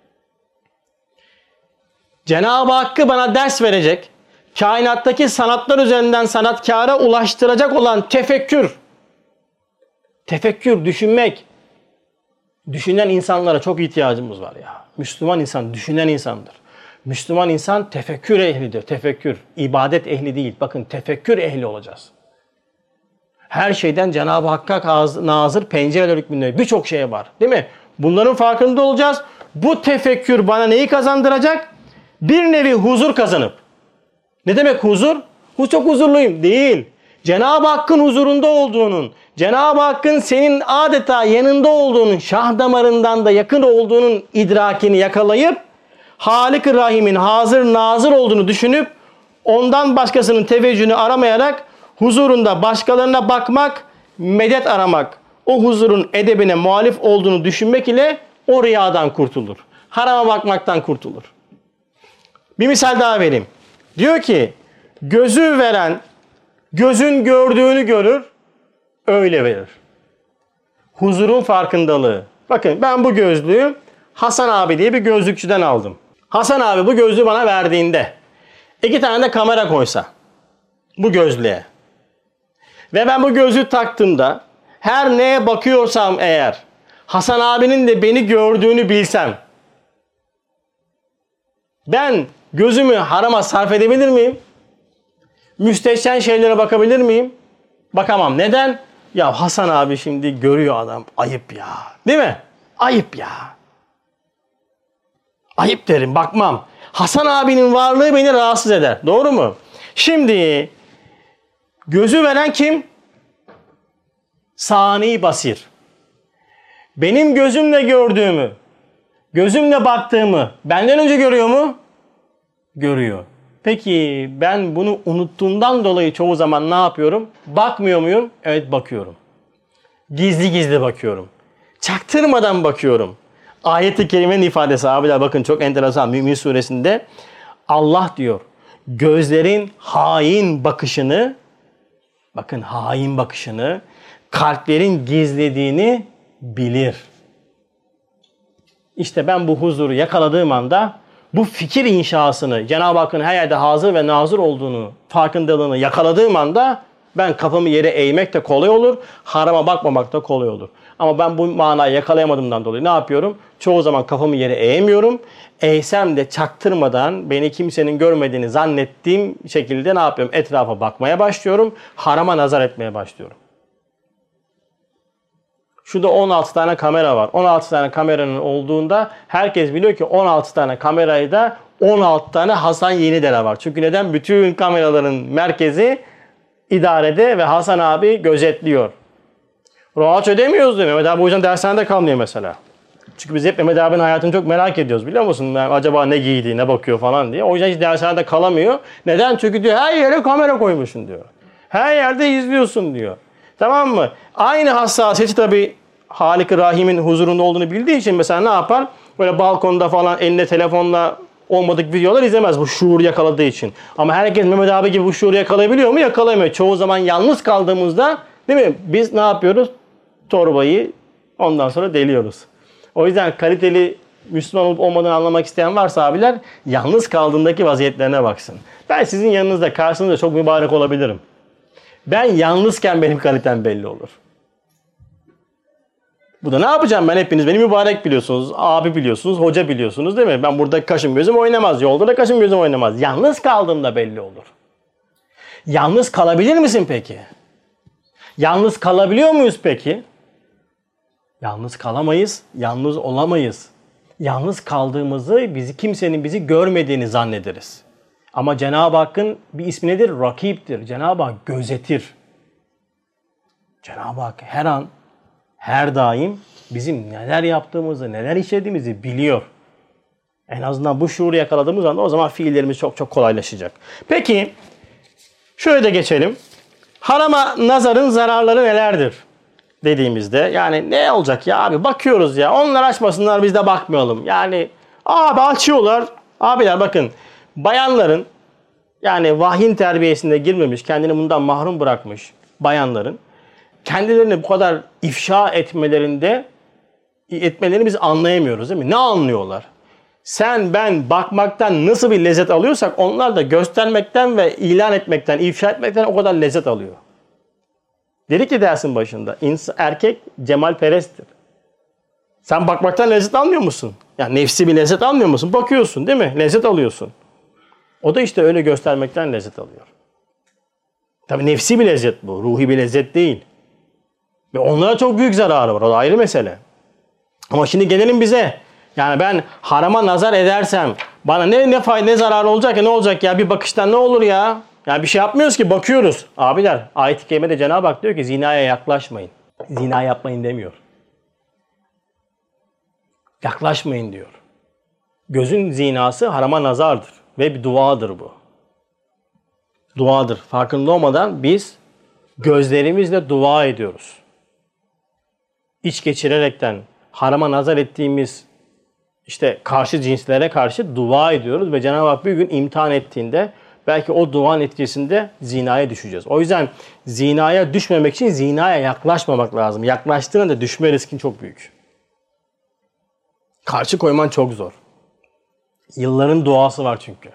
Cenab-ı Hakk'ı bana ders verecek, kainattaki sanatlar üzerinden sanatkara ulaştıracak olan tefekkür. Tefekkür, düşünmek. Düşünen insanlara çok ihtiyacımız var ya. Müslüman insan düşünen insandır. Müslüman insan tefekkür ehlidir. Tefekkür. İbadet ehli değil. Bakın tefekkür ehli olacağız. Her şeyden Cenab-ı Hakk'a nazır pencereler hükmünde birçok şey var. Değil mi? Bunların farkında olacağız. Bu tefekkür bana neyi kazandıracak? Bir nevi huzur kazanıp. Ne demek huzur? Çok huzurluyum. Değil. Cenab-ı Hakk'ın huzurunda olduğunun, Cenab-ı Hakk'ın senin adeta yanında olduğunun, şah damarından da yakın olduğunun idrakini yakalayıp Halik-i Rahim'in hazır nazır olduğunu düşünüp ondan başkasının teveccühünü aramayarak huzurunda başkalarına bakmak, medet aramak, o huzurun edebine muhalif olduğunu düşünmek ile o riyadan kurtulur. Harama bakmaktan kurtulur. Bir misal daha vereyim. Diyor ki gözü veren gözün gördüğünü görür, öyle verir. Huzurun farkındalığı. Bakın ben bu gözlüğü Hasan abi diye bir gözlükçüden aldım. Hasan abi bu gözlüğü bana verdiğinde 2 tane de kamera koysa bu gözlüğe ve ben bu gözlüğü taktığımda her neye bakıyorsam eğer Hasan abinin de beni gördüğünü bilsem ben gözümü harama sarf edebilir miyim? Müstehcen şeylere bakabilir miyim? Bakamam. Neden? Ya Hasan abi şimdi görüyor adam. Ayıp ya. Değil mi? Ayıp ya. Ayıp derim. Bakmam. Hasan abinin varlığı beni rahatsız eder. Doğru mu? Şimdi gözü veren kim? Sani basir. Benim gözümle gördüğümü, gözümle baktığımı benden önce görüyor mu? Görüyor. Peki ben bunu unuttuğumdan dolayı çoğu zaman ne yapıyorum? Bakmıyor muyum? Evet, bakıyorum. Gizli gizli bakıyorum. Çaktırmadan bakıyorum. Ayet-i kerimenin ifadesi abiler bakın çok enteresan. Mümin suresinde Allah diyor gözlerin hain bakışını, bakın hain bakışını, kalplerin gizlediğini bilir. İşte ben bu huzuru yakaladığım anda bu fikir inşasını, Cenab-ı Hakk'ın her yerde hazır ve nazır olduğunu, farkındalığını yakaladığım anda ben kafamı yere eğmek de kolay olur, harama bakmamak da kolay olur. Ama ben bu manayı yakalayamadığımdan dolayı ne yapıyorum? Çoğu zaman kafamı yere eğemiyorum. Eğsem de çaktırmadan beni kimsenin görmediğini zannettiğim şekilde ne yapıyorum? Etrafa bakmaya başlıyorum, harama nazar etmeye başlıyorum. Şurada 16 tane kamera var. 16 tane kameranın olduğunda herkes biliyor ki 16 tane kamerayı da 16 tane Hasan Yenidere var. Çünkü neden? Bütün kameraların merkezi idarede ve Hasan abi gözetliyor. Rahat ödemiyoruz diyor. Mehmet abi o yüzden dershanede kalmıyor mesela. Çünkü biz hep Mehmet abinin hayatını çok merak ediyoruz biliyor musun? Yani acaba ne giydi, ne bakıyor falan diye. O yüzden hiç dershanede kalamıyor. Neden? Çünkü diyor her yere kamera koymuşsun diyor. Her yerde izliyorsun diyor. Tamam mı? Aynı hassasiyeti tabii Halik-i Rahim'in huzurunda olduğunu bildiği için mesela ne yapar? Böyle balkonda falan elinde telefonla olmadık videolar izlemez bu şuur yakaladığı için. Ama herkes Mehmet abi gibi bu şuuru yakalayabiliyor mu? Yakalayamıyor. Çoğu zaman yalnız kaldığımızda değil mi? Biz ne yapıyoruz? Torbayı ondan sonra deliyoruz. O yüzden kaliteli Müslüman olup olmadığını anlamak isteyen varsa abiler yalnız kaldığındaki vaziyetlerine baksın. Ben sizin yanınızda karşınızda çok mübarek olabilirim. Ben yalnızken benim kalitem belli olur. Bu da ne yapacağım ben hepiniz? Beni mübarek biliyorsunuz, abi biliyorsunuz, hoca biliyorsunuz değil mi? Ben burada kaşım gözüm oynamaz. Yolda da kaşım gözüm oynamaz. Yalnız kaldığımda belli olur. Yalnız kalabilir misin peki? Yalnız kalabiliyor muyuz peki? Yalnız kalamayız, yalnız olamayız. Yalnız kaldığımızı kimsenin bizi görmediğini zannederiz. Ama Cenab-ı Hakk'ın bir ismi nedir? Rakiptir. Cenab-ı Hak gözetir. Cenab-ı Hak her an, her daim bizim neler yaptığımızı, neler işlediğimizi biliyor. En azından bu şuuru yakaladığımız anda o zaman fiillerimiz çok çok kolaylaşacak. Peki, şöyle de geçelim. Harama nazarın zararları nelerdir? Dediğimizde yani ne olacak ya abi bakıyoruz ya onlar açmasınlar biz de bakmayalım. Yani abi açıyorlar. Abiler bakın bayanların yani vahyin terbiyesinde girmemiş kendini bundan mahrum bırakmış bayanların kendilerini bu kadar ifşa etmelerini biz anlayamıyoruz değil mi? Ne anlıyorlar? Sen ben bakmaktan nasıl bir lezzet alıyorsak onlar da göstermekten ve ilan etmekten, ifşa etmekten o kadar lezzet alıyor. Dedik ki dersin başında erkek cemalperesttir. Sen bakmaktan lezzet almıyor musun? Yani nefsi bir lezzet almıyor musun? Bakıyorsun değil mi? Lezzet alıyorsun. O da işte öyle göstermekten lezzet alıyor. Tabii nefsi bir lezzet bu. Ruhi bir lezzet değil. Ve onlara çok büyük zararı var. O da ayrı mesele. Ama şimdi gelelim bize. Yani ben harama nazar edersem bana ne zararı olacak ya ne olacak ya bir bakıştan ne olur ya? Yani bir şey yapmıyoruz ki bakıyoruz. Abiler ayet-i kerimede Cenab-ı Hak diyor ki zinaya yaklaşmayın. Zina yapmayın demiyor. Yaklaşmayın diyor. Gözün zinası harama nazardır. Ve bir duadır bu. Duadır. Farkında olmadan biz gözlerimizle dua ediyoruz. İç geçirerekten harama nazar ettiğimiz işte karşı cinslere karşı dua ediyoruz. Ve Cenab-ı Hak bir gün imtihan ettiğinde belki o duanın etkisinde zinaya düşeceğiz. O yüzden zinaya düşmemek için zinaya yaklaşmamak lazım. Yaklaştığında da düşme riskin çok büyük. Karşı koyman çok zor. Yılların doğası var çünkü.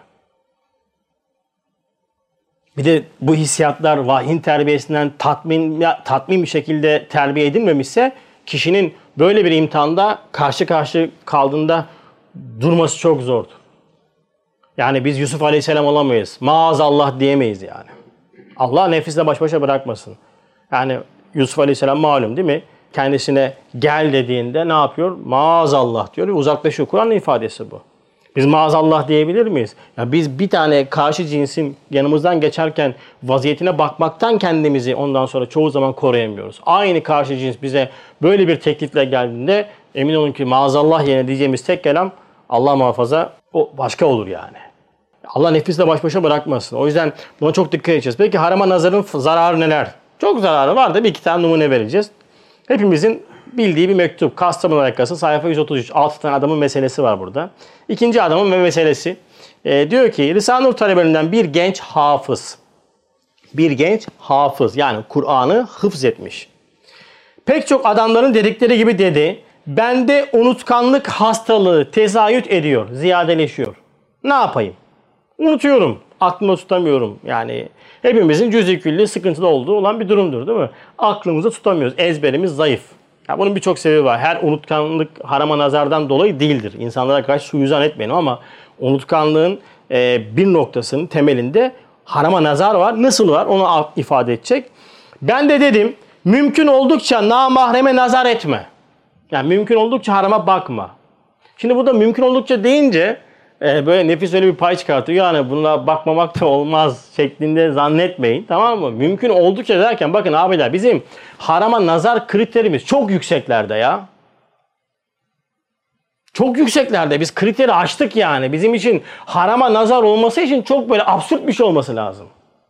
Bir de bu hissiyatlar vahyin terbiyesinden tatmin bir şekilde terbiye edilmemişse kişinin böyle bir imtihanda karşı karşı kaldığında durması çok zordur. Yani biz Yusuf Aleyhisselam olamayız. Maazallah diyemeyiz yani. Allah nefisle baş başa bırakmasın. Yani Yusuf Aleyhisselam malum değil mi? Kendisine gel dediğinde ne yapıyor? Maazallah diyor ve uzaklaşıyor. Kur'an'ın ifadesi bu. Biz maazallah diyebilir miyiz? Ya biz bir tane karşı cinsin yanımızdan geçerken vaziyetine bakmaktan kendimizi ondan sonra çoğu zaman koruyamıyoruz. Aynı karşı cins bize böyle bir teklifle geldiğinde emin olun ki maazallah yerine diyeceğimiz tek kelam Allah muhafaza o başka olur yani. Allah nefisle baş başa bırakmasın. O yüzden buna çok dikkat edeceğiz. Peki harama nazarın zararı neler? Çok zararı var da bir iki tane numune vereceğiz. Hepimizin bildiği bir mektup. Kastamonu Alakası sayfa 133. 6 tane adamın meselesi var burada. İkinci adamın meselesi. Diyor ki Risale-i Nur talebelerinden bir genç hafız. Bir genç hafız yani Kur'an'ı hıfz etmiş. Pek çok adamların dedikleri gibi dedi. Bende unutkanlık hastalığı tezahüt ediyor, ziyadeleşiyor. Ne yapayım? Unutuyorum, aklımda tutamıyorum. Yani hepimizin cüz-i külli sıkıntılı olduğu olan bir durumdur değil mi? Aklımızda tutamıyoruz, ezberimiz zayıf. Ya bunun birçok sebebi var. Her unutkanlık harama nazardan dolayı değildir. İnsanlara karşı suizan etmeyin ama unutkanlığın bir noktasının temelinde harama nazar var. Nasıl var? Onu ifade edecek. Ben de dedim mümkün oldukça namahreme nazar etme. Yani mümkün oldukça harama bakma. Şimdi burada mümkün oldukça deyince böyle nefis öyle bir pay çıkartıyor. Yani bununla bakmamak da olmaz şeklinde zannetmeyin. Tamam mı? Mümkün oldukça derken bakın abiler bizim harama nazar kriterimiz çok yükseklerde ya. Çok yükseklerde. Biz kriteri aştık yani. Bizim için harama nazar olması için çok böyle absürt bir şey olması lazım.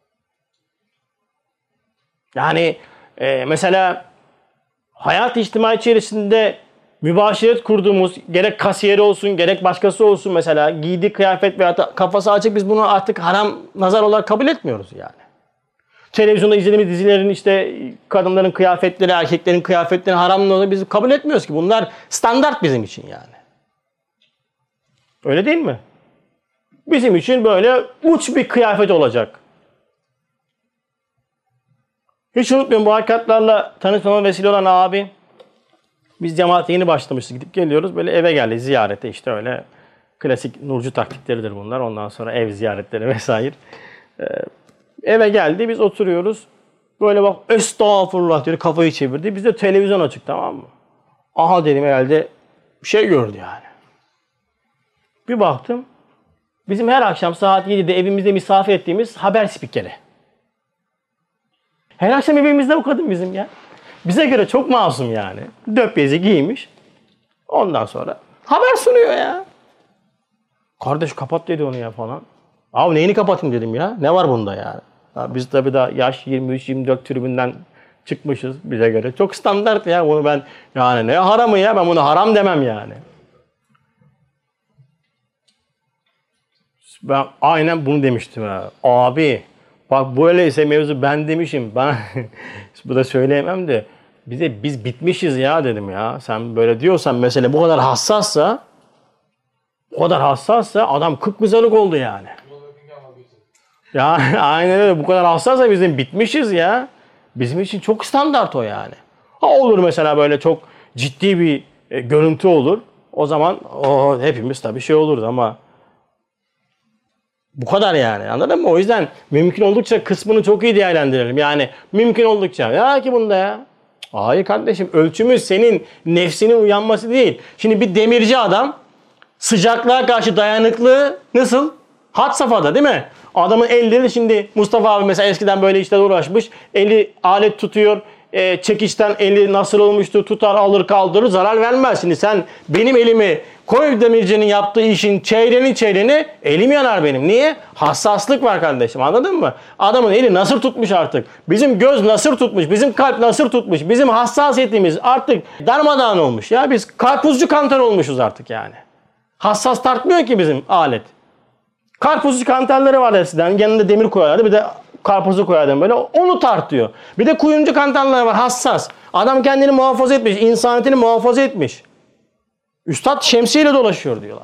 Yani mesela hayat içtimai içerisinde mübaşiret kurduğumuz gerek kasiyeri olsun gerek başkası olsun mesela giydiği kıyafet veya kafası açık biz bunu artık haram nazar olarak kabul etmiyoruz yani. Televizyonda izlediğimiz dizilerin işte kadınların kıyafetleri, erkeklerin kıyafetleri haram olarak biz kabul etmiyoruz ki. Bunlar standart bizim için yani. Öyle değil mi? Bizim için böyle uç bir kıyafet olacak. Hiç unutmuyorum bu hakikatlarla tanışmama vesile olan abi. Biz cemaate yeni başlamıştık. Gidip geliyoruz. Böyle eve geldi ziyarete işte öyle. Klasik nurcu taktikleridir bunlar. Ondan sonra ev ziyaretleri vesaire. Eve geldi. Biz oturuyoruz. Böyle bak estağfurullah diyor. Kafayı çevirdi. Bizde televizyon açık tamam mı? Aha dedim herhalde bir şey gördü yani. Bir baktım. Bizim her akşam saat 7'de evimizde misafir ettiğimiz haber spikeri. Her akşam evimizde o kadın bizim ya. Bize göre çok masum yani. Döpyezi giymiş. Ondan sonra haber sunuyor ya. Kardeş kapat dedi onu ya falan. Abi neyini kapatayım dedim ya. Ne var bunda yani? Ya biz tabii da yaş 23-24 tribünden çıkmışız bize göre. Çok standart ya bunu ben yani ne haramı ya ben bunu haram demem yani. Ben aynen bunu demiştim ya. Abi bak böyleyse mevzu ben demişim. Ben bu da söyleyemem de biz bitmişiz ya dedim ya. Sen böyle diyorsan mesele bu kadar hassassa adam kıpkızarık oldu yani. Ya aynen öyle bu kadar hassassa bizim bitmişiz ya. Bizim için çok standart o yani. Ha olur mesela böyle çok ciddi bir görüntü olur. O zaman hepimiz tabii şey oluruz ama bu kadar yani anladın mı? O yüzden mümkün oldukça kısmını çok iyi değerlendirelim. Yani mümkün oldukça. Ya ki bunda ya. Hayır kardeşim ölçümüz senin nefsinin uyanması değil. Şimdi bir demirci adam sıcaklığa karşı dayanıklı nasıl? Had safhada değil mi? Adamın elleri şimdi Mustafa abi mesela eskiden böyle işlerle uğraşmış. Eli alet tutuyor. Çekişten eli nasıl olmuştu tutar alır kaldırır zarar vermez. Şimdi sen benim elimi koy demircinin yaptığı işin çeyreğini elim yanar benim. Niye? Hassaslık var kardeşim anladın mı? Adamın eli nasır tutmuş artık. Bizim göz nasır tutmuş. Bizim kalp nasır tutmuş. Bizim hassasiyetimiz artık darmadağın olmuş. Ya biz karpuzcu kantar olmuşuz artık yani. Hassas tartmıyor ki bizim alet. Karpuzcu kantarları var eskiden. Yanında demir koyardı. Bir de karpuzu koyardım böyle. Onu tartıyor. Bir de kuyumcu kantarları var. Hassas. Adam kendini muhafaza etmiş. İnsaniyetini muhafaza etmiş. Üstad şemsiyeyle dolaşıyor diyorlar.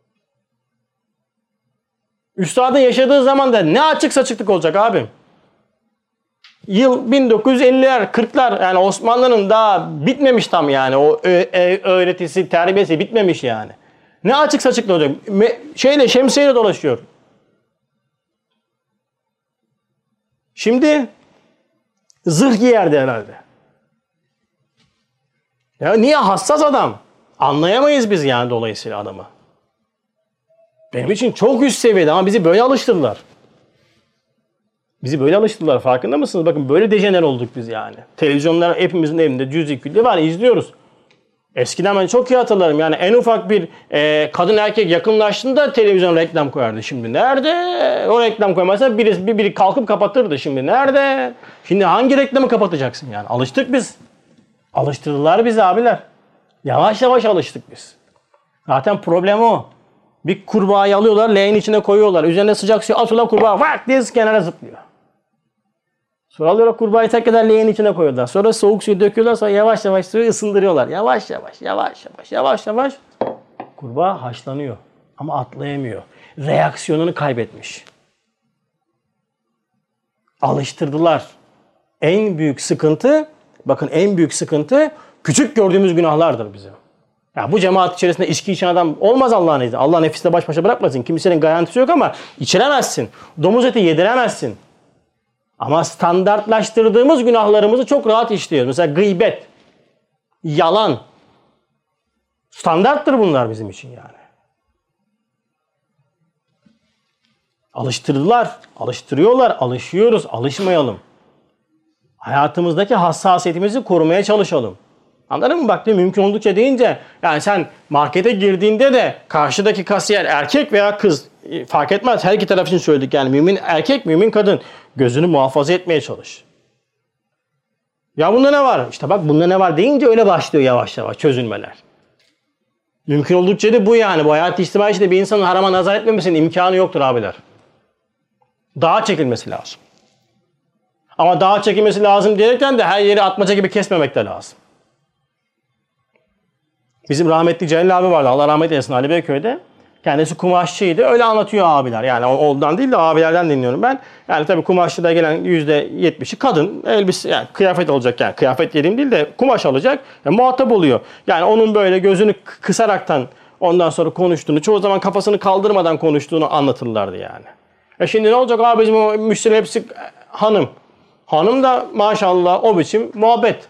Üstadın yaşadığı zamanda ne açık saçıklık olacak abim? Yıl 1950'ler, 40'lar, yani Osmanlı'nın daha bitmemiş tam yani. O öğretisi, terbiyesi bitmemiş yani. Ne açık saçıklık olacak? Şemsiyeyle dolaşıyor. Şimdi zırh giyerdi herhalde. Ya niye? Hassas adam. Anlayamayız biz yani dolayısıyla adamı. Benim için çok üst seviyede ama bizi böyle alıştırdılar. Bizi böyle alıştırdılar. Farkında mısınız? Bakın böyle dejener olduk biz yani. Televizyonlar hepimizin evinde cüz-i külli var. İzliyoruz. Eskiden ben çok iyi hatırlarım. Yani en ufak bir kadın erkek yakınlaştığında televizyon reklam koyardı. Şimdi nerede? O reklam koymazsa biri kalkıp kapatırdı. Şimdi nerede? Şimdi hangi reklamı kapatacaksın yani? Alıştık biz. Alıştırdılar bizi abiler. Yavaş yavaş alıştık biz. Zaten problem o. Bir kurbağayı alıyorlar, leğenin içine koyuyorlar. Üzerine sıcak suyu atıyorlar, kurbağa vak diye kenara zıplıyor. Sonra alıyorlar kurbağayı tekrar leğenin içine koyuyorlar. Sonra soğuk suyu döküyorlar, sonra yavaş yavaş suyu ısındırıyorlar. Yavaş yavaş. Kurbağa haşlanıyor ama atlayamıyor. Reaksiyonunu kaybetmiş. Alıştırdılar. En büyük sıkıntı, bakın en büyük sıkıntı küçük gördüğümüz günahlardır bizim. Ya bu cemaat içerisinde içki içen adam olmaz Allah'ın izniyle. Allah nefisle baş başa bırakmasın. Kimsenin garantisi yok ama içiremezsin. Domuz eti yediremezsin. Ama standartlaştırdığımız günahlarımızı çok rahat işliyoruz. Mesela gıybet, yalan. Standarttır bunlar bizim için yani. Alıştırdılar, alıştırıyorlar, alışıyoruz, alışmayalım. Hayatımızdaki hassasiyetimizi korumaya çalışalım. Anladın mı? Bak mümkün oldukça deyince yani sen markete girdiğinde de karşıdaki kasiyer erkek veya kız fark etmez. Her iki taraf için söyledik yani mümin erkek, mümin kadın. Gözünü muhafaza etmeye çalış. Ya bunda ne var? İşte bak bunda ne var deyince öyle başlıyor yavaş yavaş çözülmeler. Mümkün oldukça da bu yani. Bu hayat içtimai içinde bir insanın harama nazar etmemesinin imkanı yoktur abiler. Dağa çekilmesi lazım. Ama dağa çekilmesi lazım diyerekten de her yeri atmaca gibi kesmemek de lazım. Bizim rahmetli Celil abi vardı. Allah rahmet eylesin Ali Beyköy'de. Kendisi kumaşçıydı. Öyle anlatıyor abiler. Yani ondan değil de abilerden dinliyorum ben. Yani tabii kumaşçıda gelen %70'i kadın. Elbise yani kıyafet olacak yani. Kıyafet dediğim değil de kumaş alacak. Yani muhatap oluyor. Yani onun böyle gözünü kısaraktan ondan sonra konuştuğunu, çoğu zaman kafasını kaldırmadan konuştuğunu anlatırlardı yani. Şimdi ne olacak abicim o müşteri hepsi hanım. Hanım da maşallah o biçim muhabbet.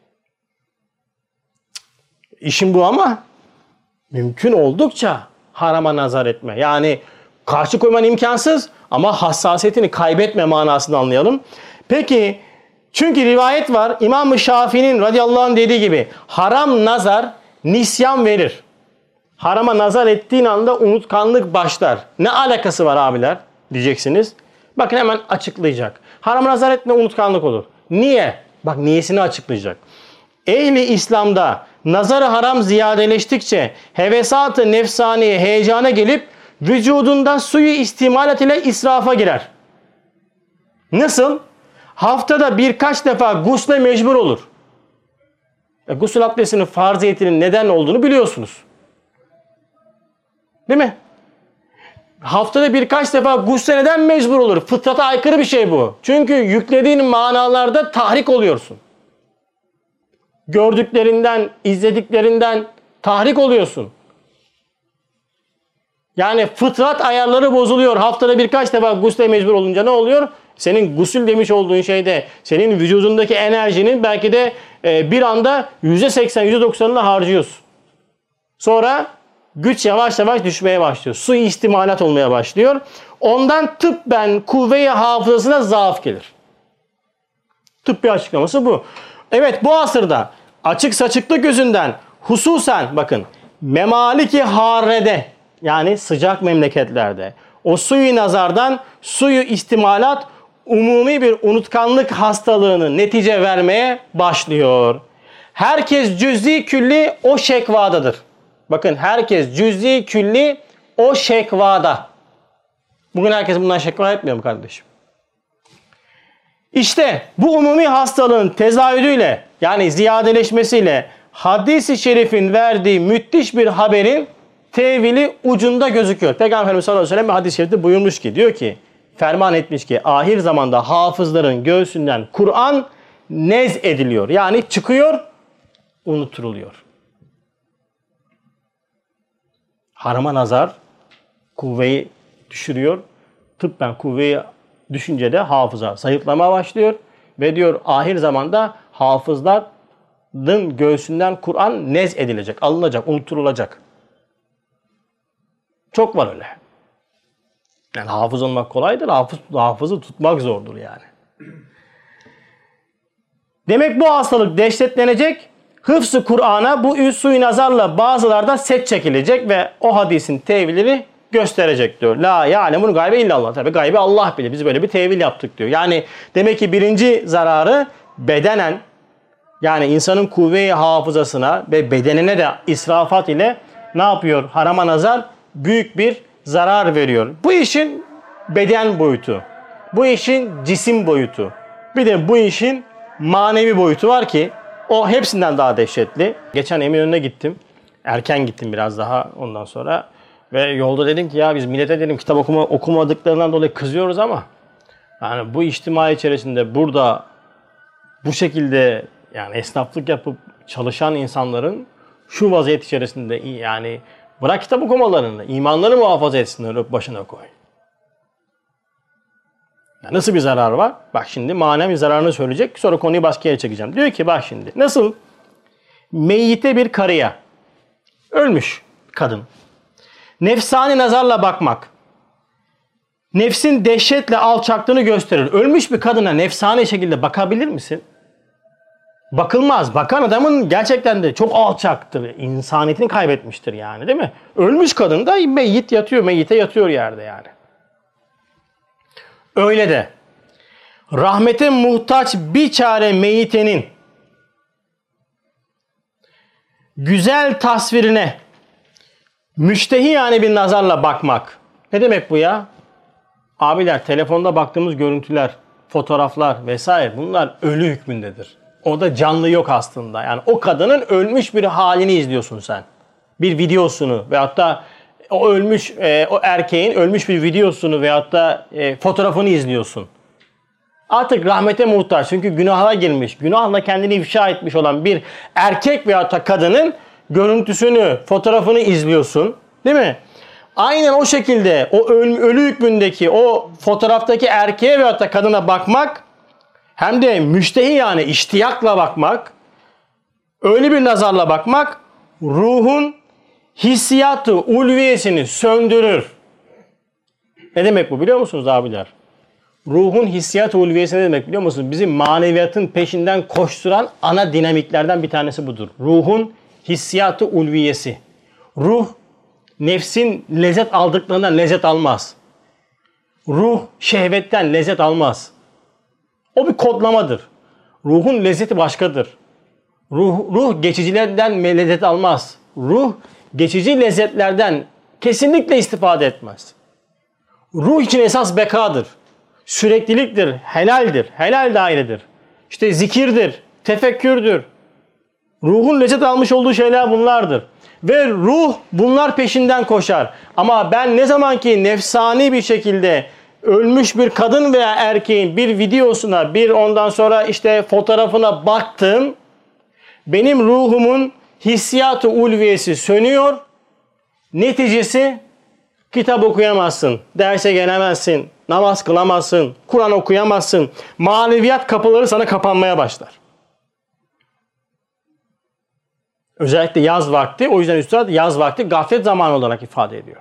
İşin bu ama mümkün oldukça harama nazar etme. Yani karşı koyman imkansız ama hassasiyetini kaybetme manasını anlayalım. Peki çünkü rivayet var İmam-ı Şafii'nin radıyallahu anh dediği gibi haram nazar nisyan verir. Harama nazar ettiğin anda unutkanlık başlar. Ne alakası var abiler diyeceksiniz. Bakın hemen açıklayacak. Harama nazar etme unutkanlık olur. Niye? Bak niyesini açıklayacak. Ehli İslam'da nazar-ı haram ziyadeleştikçe hevesat-ı nefsaniye heyecana gelip vücudunda suyu istimalat ile israfa girer. Nasıl? Haftada birkaç defa gusle mecbur olur. Gusül abdestinin farziyetinin neden olduğunu biliyorsunuz. Değil mi? Haftada birkaç defa gusle neden mecbur olur? Fıtrata aykırı bir şey bu. Çünkü yüklediğin manalarda tahrik oluyorsun. Gördüklerinden, izlediklerinden tahrik oluyorsun. Yani fıtrat ayarları bozuluyor. Haftada birkaç defa gusle mecbur olunca ne oluyor? Senin gusül demiş olduğun şeyde senin vücudundaki enerjinin belki de bir anda %80, %90'ını harcıyorsun. Sonra güç yavaş yavaş düşmeye başlıyor. Su istimalat olmaya başlıyor. Ondan tıbben kuvve-i hafızasına zaaf gelir. Tıbbi açıklaması bu. Evet bu asırda açık saçıklık yüzünden hususen bakın memaliki harrede yani sıcak memleketlerde o suyu nazardan suyu istimalat umumi bir unutkanlık hastalığını netice vermeye başlıyor. Herkes cüz'i külli o şekvadadır. Bakın herkes cüz'i külli o şekvada. Bugün herkes bundan şekva etmiyor mu kardeşim? İşte bu umumi hastalığın tezahürüyle yani ziyadeleşmesiyle hadis-i şerifin verdiği müthiş bir haberin tevili ucunda gözüküyor. Peygamber Efendimiz sallallahu aleyhi ve sellem hadis-i şerifte buyurmuş ki, diyor ki, ferman etmiş ki ahir zamanda hafızların göğsünden Kur'an nez ediliyor. Yani çıkıyor, unutturuluyor. Harama nazar kuvveyi düşürüyor. Tıbben kuvveyi düşünce de hafıza zayıflamaya başlıyor. Ve diyor ahir zamanda hafızların göğsünden Kur'an nez edilecek, alınacak, unutturulacak. Çok var öyle. Yani hafız olmak kolaydır, hafızı tutmak zordur yani. Demek bu hastalık dehşetlenecek. Hıfz-ı Kur'an'a bu suyu nazarla bazılarda set çekilecek ve o hadisin tevilini gösterecek diyor. La ya'lemul gaybe illallah. Tabii gaybi Allah bilir. Biz böyle bir tevil yaptık diyor. Yani demek ki birinci zararı bedenen, yani insanın kuvve-i hafızasına ve bedenine de israfat ile ne yapıyor? Harama nazar büyük bir zarar veriyor. Bu işin beden boyutu. Bu işin cisim boyutu. Bir de bu işin manevi boyutu var ki o hepsinden daha dehşetli. Geçen Eminönü'ne gittim. Erken gittim biraz daha ondan sonra. Ve yolda dedim ki ya biz millete dedim kitap okumadıklarından dolayı kızıyoruz ama yani bu içtima içerisinde burada bu şekilde yani esnaflık yapıp çalışan insanların şu vaziyet içerisinde yani bırak kitap okumalarını, imanları muhafaza etsinler, başına koy. Yani nasıl bir zarar var? Bak şimdi manevi zararını söyleyecek. Sonra konuyu başka yere çekeceğim. Diyor ki bak şimdi nasıl meyyite bir karıya, ölmüş kadın, nefsani nazarla bakmak, nefsin dehşetle alçaklığını gösterir. Ölmüş bir kadına nefsani şekilde bakabilir misin? Bakılmaz. Bakan adamın gerçekten de çok alçaktır. İnsaniyetini kaybetmiştir yani, değil mi? Ölmüş kadın da meyyit yatıyor, meyyite yatıyor yerde yani. Öyle de rahmete muhtaç bir çare meyyitenin güzel tasvirine müştehi yani bir nazarla bakmak. Ne demek bu ya? Abiler, telefonda baktığımız görüntüler, fotoğraflar vesaire bunlar ölü hükmündedir. Orada canlı yok aslında. Yani o kadının ölmüş bir halini izliyorsun sen. Bir videosunu veyahut da o ölmüş, o erkeğin ölmüş bir videosunu veyahut da fotoğrafını izliyorsun. Artık rahmete muhtaç. Çünkü günaha girmiş, günahla kendini ifşa etmiş olan bir erkek veyahut da kadının görüntüsünü, fotoğrafını izliyorsun. Değil mi? Aynen o şekilde o ölü hükmündeki o fotoğraftaki erkeğe veyahut da kadına bakmak, hem de müştehi yani iştiyakla bakmak, öyle bir nazarla bakmak ruhun hissiyatı, ulviyesini söndürür. Ne demek bu biliyor musunuz abiler? Ruhun hissiyatı, ulviyesi ne demek biliyor musunuz? Bizim maneviyatın peşinden koşturan ana dinamiklerden bir tanesi budur. Ruhun hissiyatı, ulviyesi. Ruh nefsin lezzet aldıklarından lezzet almaz. Ruh şehvetten lezzet almaz. O bir kodlamadır. Ruhun lezzeti başkadır. Ruh geçicilerden lezzet almaz. Ruh geçici lezzetlerden kesinlikle istifade etmez. Ruh için esas bekadır. Sürekliliktir, helaldir, helal dairedir. İşte zikirdir, tefekkürdür. Ruhun lezzet almış olduğu şeyler bunlardır. Ve ruh bunlar peşinden koşar. Ama ben ne zaman ki nefsani bir şekilde ölmüş bir kadın veya erkeğin bir videosuna, bir ondan sonra işte fotoğrafına baktım, benim ruhumun hissiyatı ulviyesi sönüyor. Neticesi kitap okuyamazsın, derse gelemezsin, namaz kılamazsın, Kur'an okuyamazsın. Maneviyat kapıları sana kapanmaya başlar. Özellikle yaz vakti, o yüzden üstad yaz vakti gaflet zamanı olarak ifade ediyor.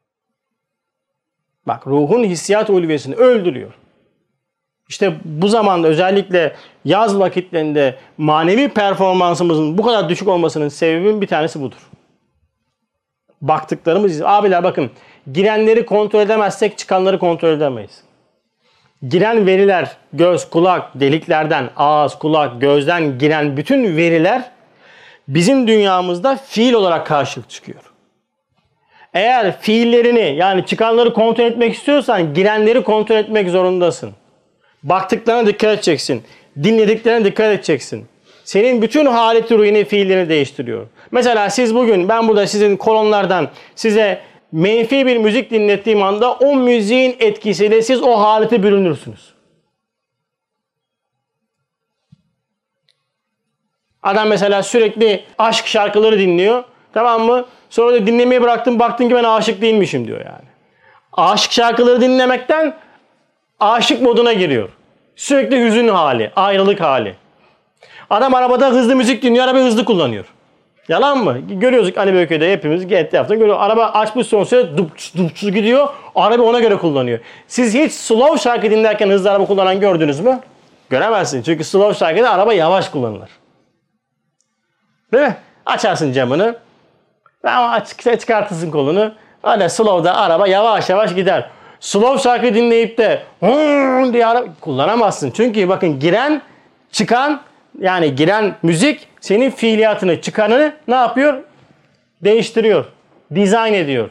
Bak ruhun hissiyat ulviyesini öldürüyor. İşte bu zamanda özellikle yaz vakitlerinde manevi performansımızın bu kadar düşük olmasının sebebinin bir tanesi budur. Baktıklarımız, abiler bakın, girenleri kontrol edemezsek çıkanları kontrol edemeyiz. Giren veriler, göz, kulak, deliklerden, ağız, kulak, gözden giren bütün veriler bizim dünyamızda fiil olarak karşılık çıkıyor. Eğer fiillerini yani çıkanları kontrol etmek istiyorsan girenleri kontrol etmek zorundasın. Baktıklarına dikkat edeceksin. Dinlediklerine dikkat edeceksin. senin bütün haleti ruhini, fiillerini değiştiriyor. Mesela siz bugün, ben burada sizin kolonlardan size menfi bir müzik dinlettiğim anda o müziğin etkisiyle siz o halete bürünürsünüz. Adam mesela sürekli aşk şarkıları dinliyor. Tamam mı? Sonra da dinlemeyi bıraktım, baktım ki ben aşık değilmişim diyor yani. Aşık şarkıları dinlemekten aşık moduna giriyor. Sürekli hüzün hali, ayrılık hali. Adam arabada hızlı müzik dinliyor, arabayı hızlı kullanıyor. Yalan mı? Görüyoruz Ali Beyköy'de hepimiz etrafta görüyoruz. Araba açmış son süre dup gidiyor, araba ona göre kullanıyor. Siz hiç slow şarkı dinlerken hızlı araba kullanan gördünüz mü? Göremezsiniz. Çünkü slow şarkıda araba yavaş kullanılır. Değil mi? Açarsın camını. Ama çıkartırsın kolunu. Öyle slow'da araba yavaş yavaş gider. Slow şarkı dinleyip de diye araba kullanamazsın. Çünkü bakın giren, çıkan, yani giren müzik senin fiiliyatını, çıkanını ne yapıyor? Değiştiriyor. Dizayn ediyor.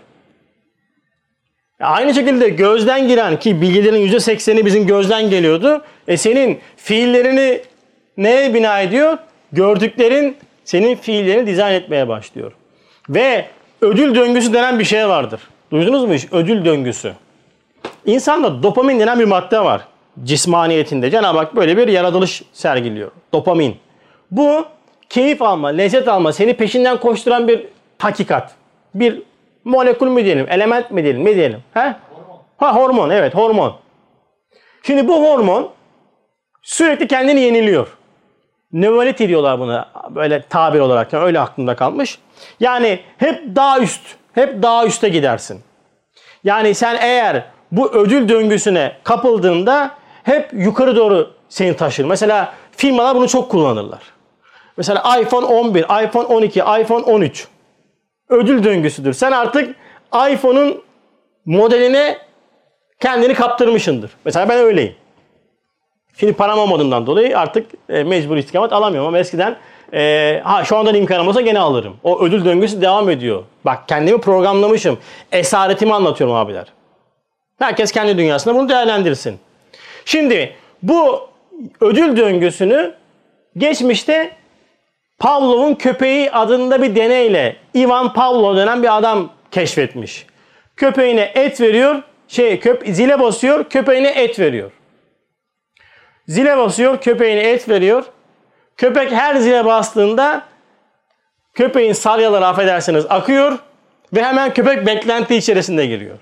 Aynı şekilde gözden giren, ki bilgilerin %80'i bizim gözden geliyordu. Senin fiillerini neye bina ediyor? Gördüklerin senin fiillerini dizayn etmeye başlıyor. Ve ödül döngüsü denen bir şey vardır. Duydunuz mu hiç? Ödül döngüsü. İnsanda dopamin denen bir madde var. Cismaniyetinde. Cenab-ı Hak böyle bir yaratılış sergiliyor. Dopamin. Bu keyif alma, lezzet alma, seni peşinden koşturan bir hakikat. Bir molekül mü diyelim, element mi diyelim, ne diyelim? He? Hormon. Ha, hormon, evet, hormon. Şimdi bu hormon sürekli kendini yeniliyor. Növality diyorlar buna böyle tabir olarak. Yani öyle aklımda kalmış. Yani hep daha üst, hep daha üste gidersin. Yani sen eğer bu ödül döngüsüne kapıldığında hep yukarı doğru seni taşır. Mesela firmalar bunu çok kullanırlar. Mesela iPhone 11, iPhone 12, iPhone 13 ödül döngüsüdür. Sen artık iPhone'un modeline kendini kaptırmışsındır. Mesela ben öyleyim. Şimdi param olmadığından dolayı artık mecbur istikamet alamıyorum ama eskiden şu andan imkanım olsa gene alırım. O ödül döngüsü devam ediyor. Bak kendimi programlamışım. Esaretimi anlatıyorum abiler. Herkes kendi dünyasında bunu değerlendirsin. Şimdi bu ödül döngüsünü geçmişte Pavlov'un köpeği adında bir deneyle Ivan Pavlov denen bir adam keşfetmiş. Köpeğine et veriyor, zile basıyor, köpeğine et veriyor. Zile basıyor, köpeğine et veriyor. Köpek her zile bastığında köpeğin salyaları affedersiniz akıyor ve hemen köpek beklenti içerisinde giriyor.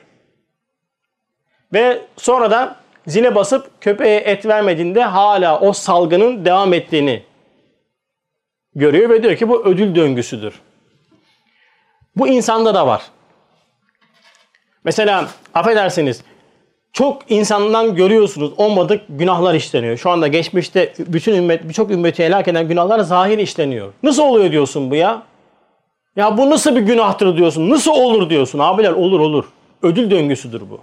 Ve sonra da zile basıp köpeğe et vermediğinde hala o salgının devam ettiğini görüyor ve diyor ki bu ödül döngüsüdür. Bu insanda da var. Mesela affedersiniz çok insandan görüyorsunuz olmadık günahlar işleniyor. Şu anda geçmişte birçok ümmeti helak eden günahlar zahir işleniyor. Nasıl oluyor diyorsun bu ya? Ya bu nasıl bir günahtır diyorsun? Nasıl olur diyorsun? Abiler olur. Ödül döngüsüdür bu.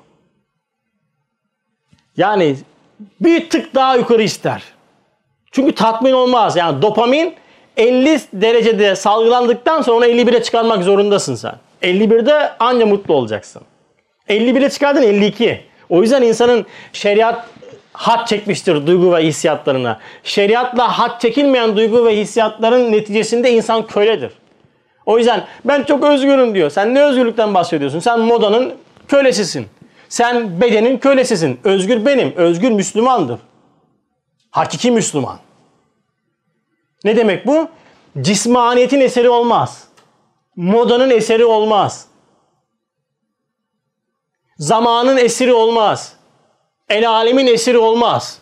Yani bir tık daha yukarı ister. Çünkü tatmin olmaz. Yani dopamin 50 derecede salgılandıktan sonra 51'e çıkarmak zorundasın sen. 51'de anca mutlu olacaksın. 51'e çıkardın 52. O yüzden insanın şeriat had çekmiştir duygu ve hissiyatlarına. Şeriatla had çekilmeyen duygu ve hissiyatların neticesinde insan köledir. O yüzden ben çok özgürüm diyor. Sen ne özgürlükten bahsediyorsun? Sen modanın kölesisin. Sen bedenin kölesisin. Özgür benim. Özgür Müslümandır. Hakiki Müslüman. Ne demek bu? Cismaniyetin eseri olmaz. Modanın eseri olmaz. Zamanın esiri olmaz. El alemin esiri olmaz.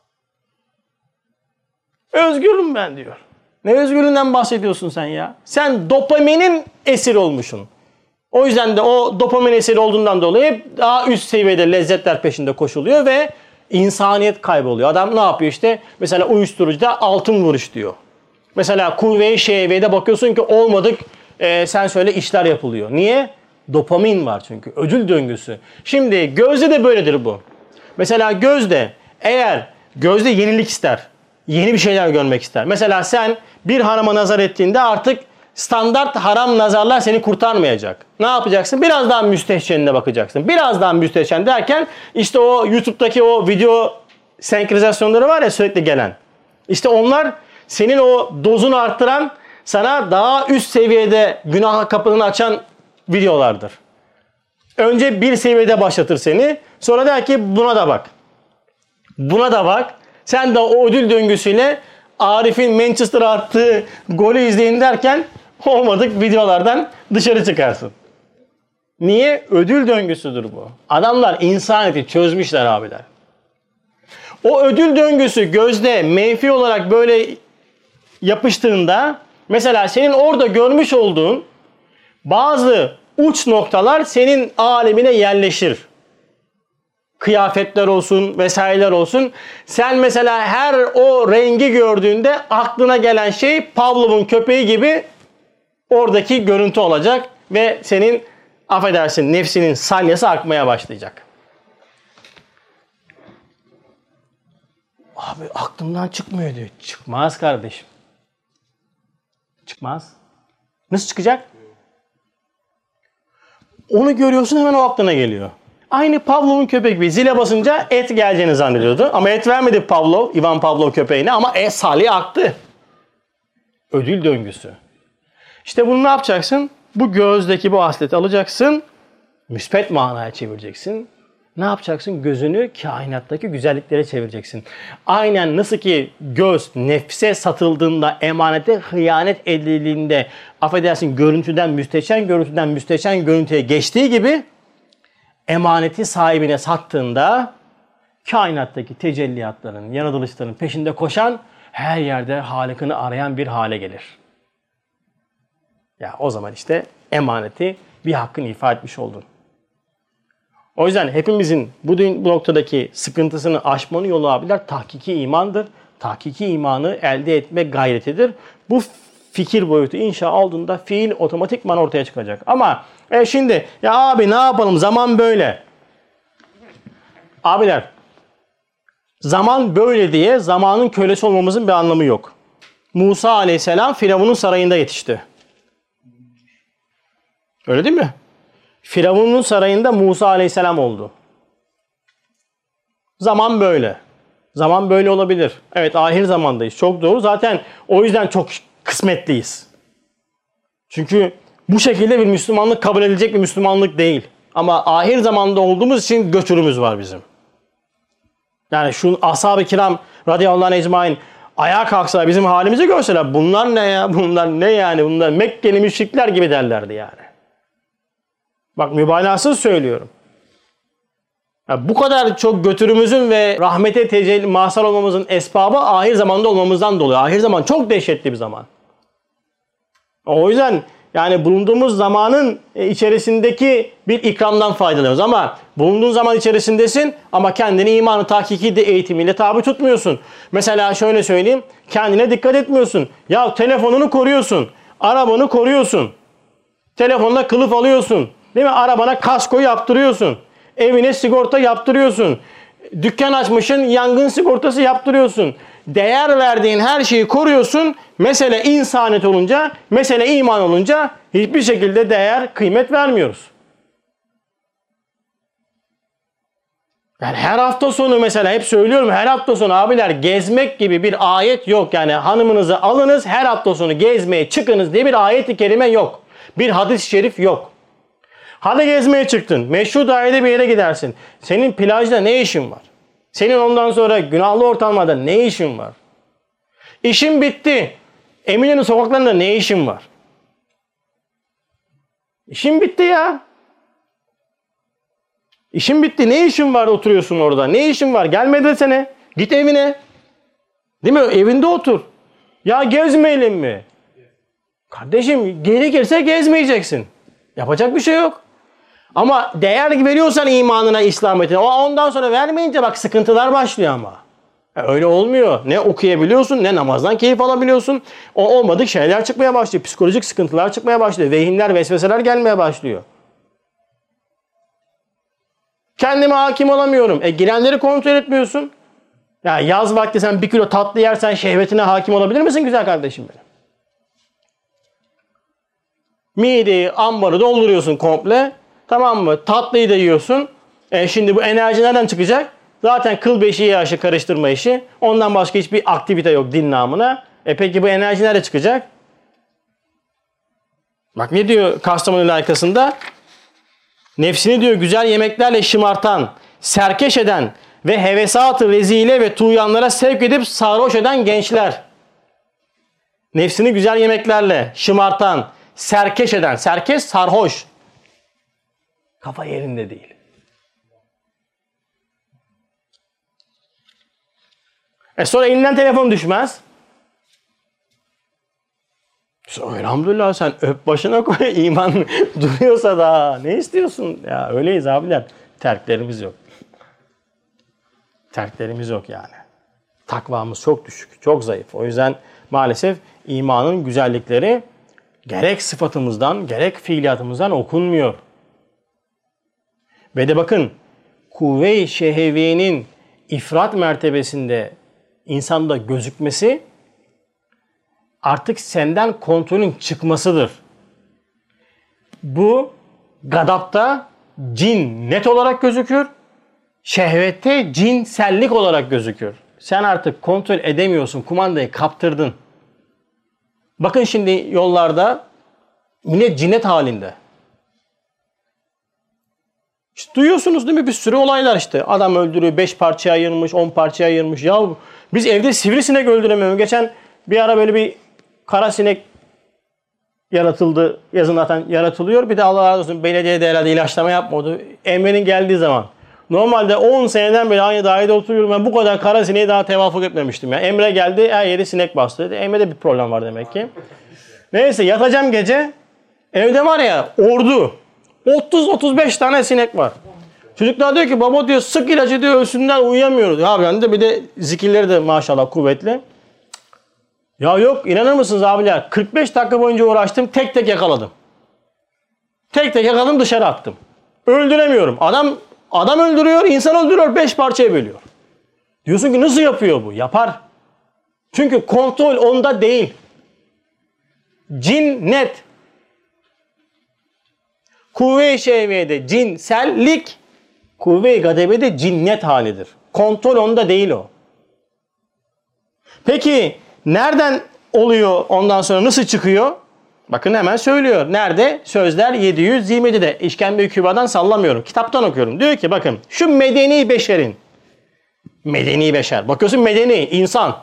Özgürüm ben diyor. Ne özgürlüğünden bahsediyorsun sen ya? Sen dopaminin esiri olmuşsun. O yüzden de o dopamin esiri olduğundan dolayı hep daha üst seviyede lezzetler peşinde koşuluyor ve insaniyet kayboluyor. Adam ne yapıyor işte? Mesela uyuşturucuda altın vuruş diyor. Mesela kuvve-i şehvede bakıyorsun ki olmadık sen söyle işler yapılıyor. Niye? Dopamin var çünkü. Ödül döngüsü. Şimdi gözde de böyledir bu. Mesela gözde yenilik ister. Yeni bir şeyler görmek ister. Mesela sen bir harama nazar ettiğinde artık standart haram nazarlar seni kurtarmayacak. Ne yapacaksın? Biraz daha müstehcenine bakacaksın. Biraz daha müstehcen derken işte o YouTube'daki o video senkronizasyonları var ya sürekli gelen. İşte onlar senin o dozunu arttıran, sana daha üst seviyede günah kapını açan videolardır. Önce bir seviyede başlatır seni. Sonra der ki buna da bak. Buna da bak. Sen de o ödül döngüsüyle Arif'in Manchester'a attığı golü izleyin derken olmadık videolardan dışarı çıkarsın. Niye? Ödül döngüsüdür bu. Adamlar insaniyeti çözmüşler abiler. O ödül döngüsü gözde menfi olarak böyle yapıştığında mesela senin orada görmüş olduğun bazı uç noktalar senin alemine yerleşir. Kıyafetler olsun vesaireler olsun. Sen mesela her o rengi gördüğünde aklına gelen şey Pavlov'un köpeği gibi oradaki görüntü olacak ve senin affedersin nefsinin salyası akmaya başlayacak. Abi aklımdan çıkmıyor diyor. Çıkmaz kardeşim. Çıkmaz. Nasıl çıkacak? Onu görüyorsun hemen o aklına geliyor. Aynı Pavlov'un köpeği gibi zile basınca et geleceğini zannediyordu. Ama et vermedi Pavlov, Ivan Pavlov köpeğine ama salya aktı. Ödül döngüsü. İşte bunu ne yapacaksın? Bu gözdeki bu hasleti alacaksın. Müspet manaya çevireceksin. Ne yapacaksın? Gözünü kainattaki güzelliklere çevireceksin. Aynen nasıl ki göz nefse satıldığında, emanete hıyanet edildiğinde, affedersin görüntüden müsteşen görüntüye geçtiği gibi emaneti sahibine sattığında kainattaki tecelliyatların, yaratılışların peşinde koşan, her yerde Halık'ını arayan bir hale gelir. Ya o zaman işte emaneti bir hakkını ifade etmiş oldun. O yüzden hepimizin bu noktadaki sıkıntısını aşmanın yolu abiler tahkiki imandır. Tahkiki imanı elde etme gayretidir. Bu fikir boyutu inşa olduğunda fiil otomatikman ortaya çıkacak. Ama şimdi ya abi ne yapalım zaman böyle. Abiler zaman böyle diye zamanın kölesi olmamızın bir anlamı yok. Musa aleyhisselam Firavun'un sarayında yetişti. Öyle değil mi? Firavun'un sarayında Musa aleyhisselam oldu. Zaman böyle. Zaman böyle olabilir. Evet ahir zamandayız. Çok doğru. Zaten o yüzden çok kısmetliyiz. Çünkü bu şekilde bir Müslümanlık kabul edilecek bir Müslümanlık değil. Ama ahir zamanda olduğumuz için göçürümüz var bizim. Yani şu ashab-ı kiram radıyallahu anh ecmaîn ayağa kalksalar bizim halimizi görseler bunlar ne ya? Bunlar ne yani? Bunlar Mekkeli müşrikler gibi derlerdi yani. Bak mübalağasız söylüyorum. Ya bu kadar çok götürümüzün ve rahmete tecelli mazhar olmamızın esbabı ahir zamanda olmamızdan dolayı. Ahir zaman çok dehşetli bir zaman. O yüzden yani bulunduğumuz zamanın içerisindeki bir ikramdan faydalanıyoruz. Ama bulunduğun zaman içerisindesin ama kendini imanı tahkiki de eğitimiyle tabi tutmuyorsun. Mesela şöyle söyleyeyim. Kendine dikkat etmiyorsun. Ya telefonunu koruyorsun. Arabanı koruyorsun. Telefonla kılıf alıyorsun. Değil mi? Arabana kasko yaptırıyorsun. Evine sigorta yaptırıyorsun. Dükkan açmışsın, yangın sigortası yaptırıyorsun. Değer verdiğin her şeyi koruyorsun. Mesele insaniyet olunca, mesele iman olunca hiçbir şekilde değer, kıymet vermiyoruz. Yani her hafta sonu mesela hep söylüyorum her hafta sonu abiler gezmek gibi bir ayet yok. Yani hanımınızı alınız her hafta sonu gezmeye çıkınız diye bir ayet-i kerime yok. Bir hadis-i şerif yok. Hadi gezmeye çıktın. Meşru dairede bir yere gidersin. Senin plajda ne işin var? Senin ondan sonra günahlı ortamlarda ne işin var? İşin bitti. Eminönü sokaklarında ne işin var? İşin bitti ya. İşin bitti. Ne işin var oturuyorsun orada? Ne işin var? Gelme desene. Git evine. Değil mi? Evinde otur. Ya gezmeyelim mi? Kardeşim gerekirse gezmeyeceksin. Yapacak bir şey yok. Ama değer veriyorsan imanına, İslamiyetine, ondan sonra vermeyince bak sıkıntılar başlıyor ama. Öyle olmuyor. Ne okuyabiliyorsun, ne namazdan keyif alabiliyorsun. O olmadık şeyler çıkmaya başlıyor. Psikolojik sıkıntılar çıkmaya başlıyor. Vehimler, vesveseler gelmeye başlıyor. Kendime hakim olamıyorum. Girenleri kontrol etmiyorsun. Ya yaz vakti sen 1 kilo tatlı yersen şehvetine hakim olabilir misin güzel kardeşim benim? Mideyi, ambarı dolduruyorsun komple. Tamam mı? Tatlıyı da yiyorsun. Şimdi bu enerji nereden çıkacak? Zaten kıl beşiği aşı karıştırma işi. Ondan başka hiçbir aktivite yok din namına. Peki bu enerji nerede çıkacak? Bak ne diyor Kastamonu layıkasında? Nefsini diyor güzel yemeklerle şımartan, serkeş eden ve hevesat-ı rezile ve tuğyanlara sevk edip sarhoş eden gençler. Nefsini güzel yemeklerle şımartan, serkeş eden, serkeş sarhoş. Kafa yerinde değil. Sonra elinden telefon düşmez. Elhamdülillah sen öp başına koy, iman duruyorsa da ne istiyorsun? Ya öyleyiz abiler. Terklerimiz yok. Terklerimiz yok yani. Takvamız çok düşük, çok zayıf. O yüzden maalesef imanın güzellikleri gerek sıfatımızdan, gerek fiiliyatımızdan okunmuyor. Ve de bakın, kuvve-i şehvenin ifrat mertebesinde insanda gözükmesi artık senden kontrolün çıkmasıdır. Bu gadapta cin net olarak gözükür. Şehvette cinsellik olarak gözükür. Sen artık kontrol edemiyorsun. Kumandayı kaptırdın. Bakın şimdi yollarda millet cinnet halinde. İşte duyuyorsunuz değil mi? Bir sürü olaylar işte. Adam öldürüyor, 5 parçaya ayırmış, 10 parçaya ayırmış. Ya biz evde sivrisinek öldüremiyoruz. Geçen bir ara böyle bir kara sinek yaratıldı. Yazın zaten yaratılıyor. Bir de Allah razı olsun belediyede herhalde ilaçlama yapmadı. Emre'nin geldiği zaman. Normalde 10 seneden beri aynı dairede oturuyorum. Ben bu kadar kara sineği daha tevafuk etmemiştim. Yani Emre geldi, her yeri sinek bastı. Emre'de bir problem var demek ki. Neyse yatacağım gece. Evde var ya ordu. 30-35 tane sinek var. Çocuklar diyor ki baba diyor sık ilacı diyor ölsünler uyuyamıyoruz. Ya ben de bir de zikirleri de maşallah kuvvetli. Ya yok inanır mısınız abiler 45 dakika boyunca uğraştım tek tek yakaladım. Tek tek yakaladım dışarı attım. Öldüremiyorum. Adam öldürüyor, insan öldürüyor, 5 parçaya bölüyor. Diyorsun ki nasıl yapıyor bu? Yapar. Çünkü kontrol onda değil. Cin net. Kuvve-i şehvede cinsellik, kuvve-i gadebede cinnet halidir. Kontrol onda değil o. Peki nereden oluyor ondan sonra nasıl çıkıyor? Bakın hemen söylüyor. Nerede? Sözler 727'de. İşkembe-i Kübra'dan sallamıyorum. Kitaptan okuyorum. Diyor ki bakın şu medeni beşerin. Medeni beşer. Bakıyorsun medeni insan.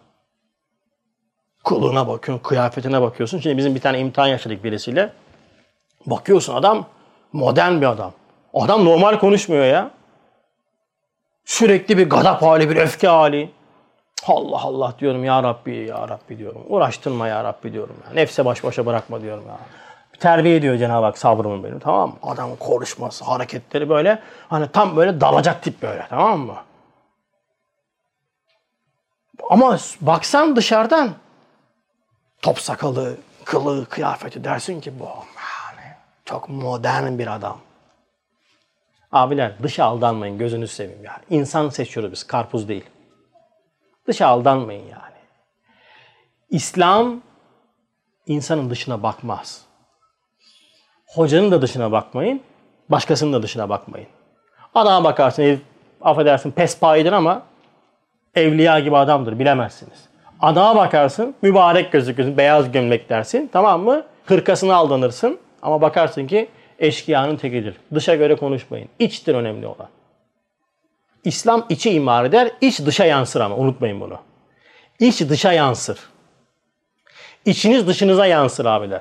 Kılığına bakıyorsun, kıyafetine bakıyorsun. Şimdi bizim bir tane imtihan yaşadık birisiyle. Bakıyorsun adam modern bir adam. Adam normal konuşmuyor ya. Sürekli bir gadap hali, bir öfke hali. Allah Allah diyorum ya Rabbi, ya Rabbi diyorum. Uğraştırma ya Rabbi diyorum. Ya. Nefse baş başa bırakma diyorum ya. Terbiye ediyor Cenab-ı Hak sabrımı benim, tamam mı? Adamın konuşması, hareketleri böyle hani tam böyle dalacak tip böyle, tamam mı? Ama baksan dışarıdan top sakalı, kılığı, kıyafeti dersin ki bu yani çok modern bir adam. Abiler dışa aldanmayın gözünüzü seveyim yani. İnsan seçiyoruz biz, karpuz değil. Dışa aldanmayın yani. İslam insanın dışına bakmaz. Hocanın da dışına bakmayın, başkasının da dışına bakmayın. Adama bakarsın, affedersin pespayedir ama evliya gibi adamdır, bilemezsiniz. Adama bakarsın, mübarek gözükürsün, beyaz gömlek dersin, tamam mı? Hırkasına aldanırsın ama bakarsın ki eşkıyanın tekidir. Dışa göre konuşmayın. İçtir önemli olan. İslam içi imar eder, iç dışa yansır ama unutmayın bunu. İç dışa yansır. İçiniz dışınıza yansır abiler.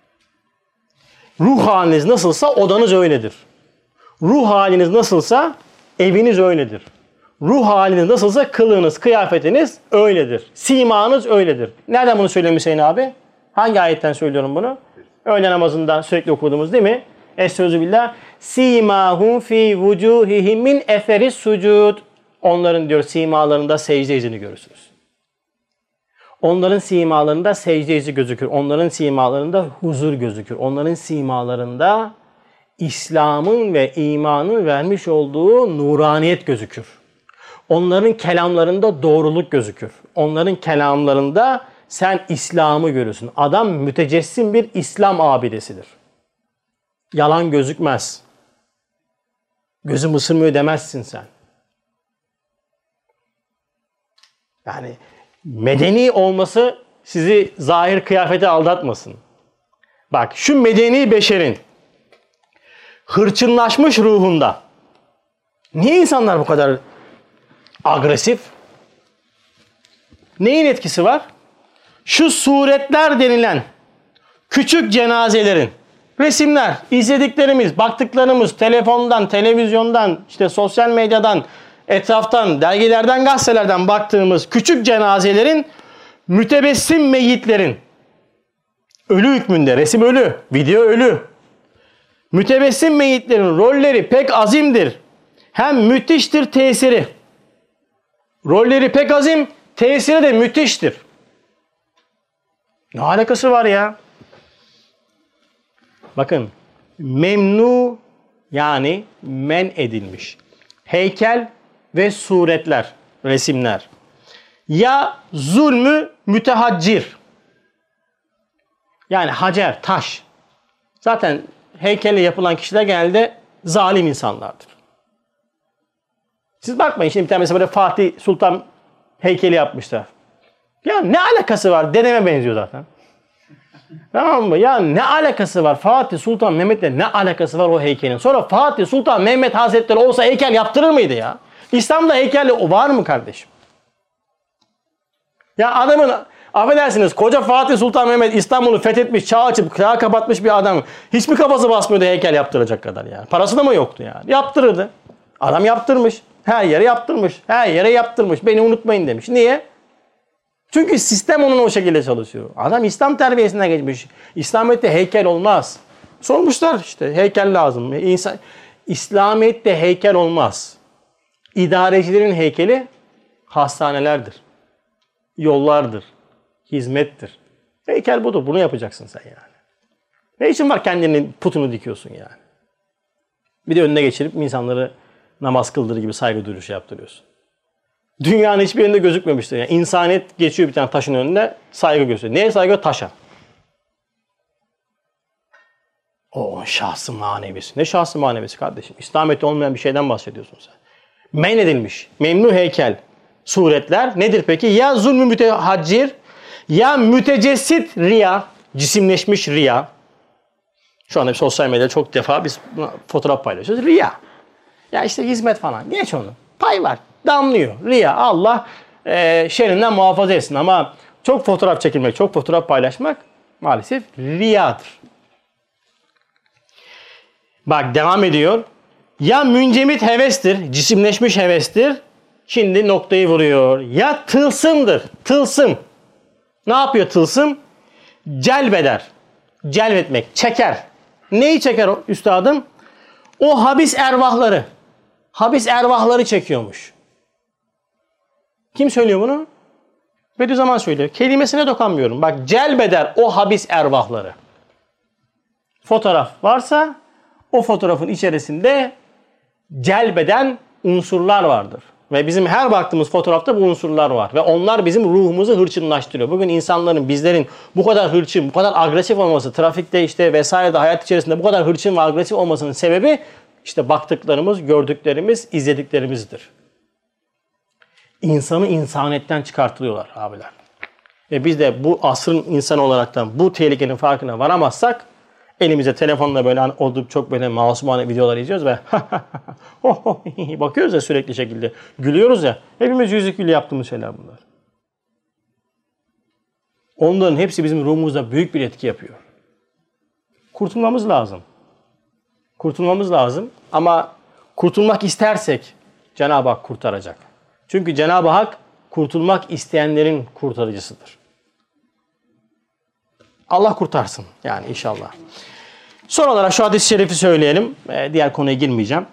Ruh haliniz nasılsa odanız öyledir. Ruh haliniz nasılsa eviniz öyledir. Ruh haliniz nasılsa kılığınız, kıyafetiniz öyledir. Simanız öyledir. Nereden bunu söylüyorum Hüseyin abi? Hangi ayetten söylüyorum bunu? Öğle namazında sürekli okuduğumuz değil mi? Estağfirullah. Simahum fi vucuhihim min eferis sucud. Onların diyor simalarında secde izini görürsünüz. Onların simalarında secde izi gözükür. Onların simalarında huzur gözükür. Onların simalarında İslam'ın ve imanın vermiş olduğu nuraniyet gözükür. Onların kelamlarında doğruluk gözükür. Onların kelamlarında sen İslam'ı görürsün. Adam mütecessim bir İslam abidesidir. Yalan gözükmez. Gözüm ısırmıyor demezsin sen. Yani medeni olması sizi zahir kıyafete aldatmasın. Bak şu medeni beşerin hırçınlaşmış ruhunda niye insanlar bu kadar agresif? Neyin etkisi var? Şu suretler denilen küçük cenazelerin resimler, izlediklerimiz, baktıklarımız, telefondan, televizyondan, işte sosyal medyadan, etraftan, dergilerden, gazetelerden baktığımız küçük cenazelerin, mütebessim meyyitlerin, ölü hükmünde, resim ölü, video ölü, mütebessim meyyitlerin rolleri pek azimdir. Hem müthiştir tesiri. Rolleri pek azim, tesiri de müthiştir. Ne alakası var ya? Bakın, memnu yani men edilmiş. Heykel ve suretler, resimler. Ya zulmü mütehaccir. Yani hacer, taş. Zaten heykelle yapılan kişiler genelde zalim insanlardır. Siz bakmayın şimdi bir tane mesela böyle Fatih Sultan heykeli yapmışlar. Ya ne alakası var? Dedeme benziyor zaten. Tamam mı? Ya ne alakası var? Fatih Sultan Mehmet'le ne alakası var o heykelin? Sonra Fatih Sultan Mehmet Hazretleri olsa heykel yaptırır mıydı ya? İslam'da heykel var mı kardeşim? Ya adamın, affedersiniz, koca Fatih Sultan Mehmet İstanbul'u fethetmiş, çağ açıp çağ kapatmış bir adam. Hiç mi kafası basmıyordu heykel yaptıracak kadar yani? Parası da mı yoktu yani? Yaptırırdı. Adam yaptırmış. Her yere yaptırmış. Her yere yaptırmış. Beni unutmayın demiş. Niye? Çünkü sistem onun o şekilde çalışıyor. Adam İslam terbiyesinden geçmiş. İslamiyet'te heykel olmaz. Sormuşlar işte heykel lazım. İslamiyet'te heykel olmaz. İdarecilerin heykeli hastanelerdir. Yollardır. Hizmettir. Heykel budur. Bunu yapacaksın sen yani. Ne için var kendinin putunu dikiyorsun yani? Bir de önüne geçirip insanları namaz kıldırır gibi saygı duyuşu yaptırıyorsun. Dünyanın hiçbir yerinde gözükmemiştir. Yani insaniyet geçiyor bir tane taşın önünde saygı gösteriyor. Neye saygı? Taşa. O şahsı manevisi. Ne şahsı manevisi kardeşim? İslamiyet'te olmayan bir şeyden bahsediyorsun sen. Men edilmiş. Memnu heykel. Suretler nedir peki? Ya zulmü mütehaccir ya mütecessit riya. Cisimleşmiş riya. Şu anda sosyal medyada çok defa biz fotoğraf paylaşıyoruz. Riya. Ya işte hizmet falan. Geç onu. Pay var. Damlıyor. Riya. Allah şerrinden muhafaza etsin. Ama çok fotoğraf çekilmek, çok fotoğraf paylaşmak maalesef riyadır. Bak devam ediyor. Ya müncemit hevestir, cisimleşmiş hevestir. Şimdi noktayı vuruyor. Ya tılsımdır. Tılsım. Ne yapıyor tılsım? Celbeder. Celbetmek. Çeker. Neyi çeker üstadım? O habis ervahları. Habis ervahları çekiyormuş. Kim söylüyor bunu? Bediüzzaman söylüyor. Kelimesine dokunmuyorum. Bak celbeder o habis ervahları. Fotoğraf varsa o fotoğrafın içerisinde celbeden unsurlar vardır. Ve bizim her baktığımız fotoğrafta bu unsurlar var. Ve onlar bizim ruhumuzu hırçınlaştırıyor. Bugün insanların, bizlerin bu kadar hırçın, bu kadar agresif olması, trafikte işte vesairede hayat içerisinde bu kadar hırçın ve agresif olmasının sebebi işte baktıklarımız, gördüklerimiz, izlediklerimizdir. İnsanı insaniyetten çıkartılıyorlar abiler. Ve biz de bu asrın insanı olaraktan bu tehlikenin farkına varamazsak elimize telefonla böyle olup çok böyle masumane videolar izliyoruz ve bakıyoruz ya sürekli şekilde gülüyoruz ya. Hepimiz yüzük gülü yaptığımız şeyler bunlar. Onların hepsi bizim ruhumuzda büyük bir etki yapıyor. Kurtulmamız lazım. Kurtulmamız lazım ama kurtulmak istersek Cenab-ı Hak kurtaracak. Çünkü Cenab-ı Hak kurtulmak isteyenlerin kurtarıcısıdır. Allah kurtarsın yani inşallah. Son olarak şu hadis-i şerifi söyleyelim. Diğer konuya girmeyeceğim.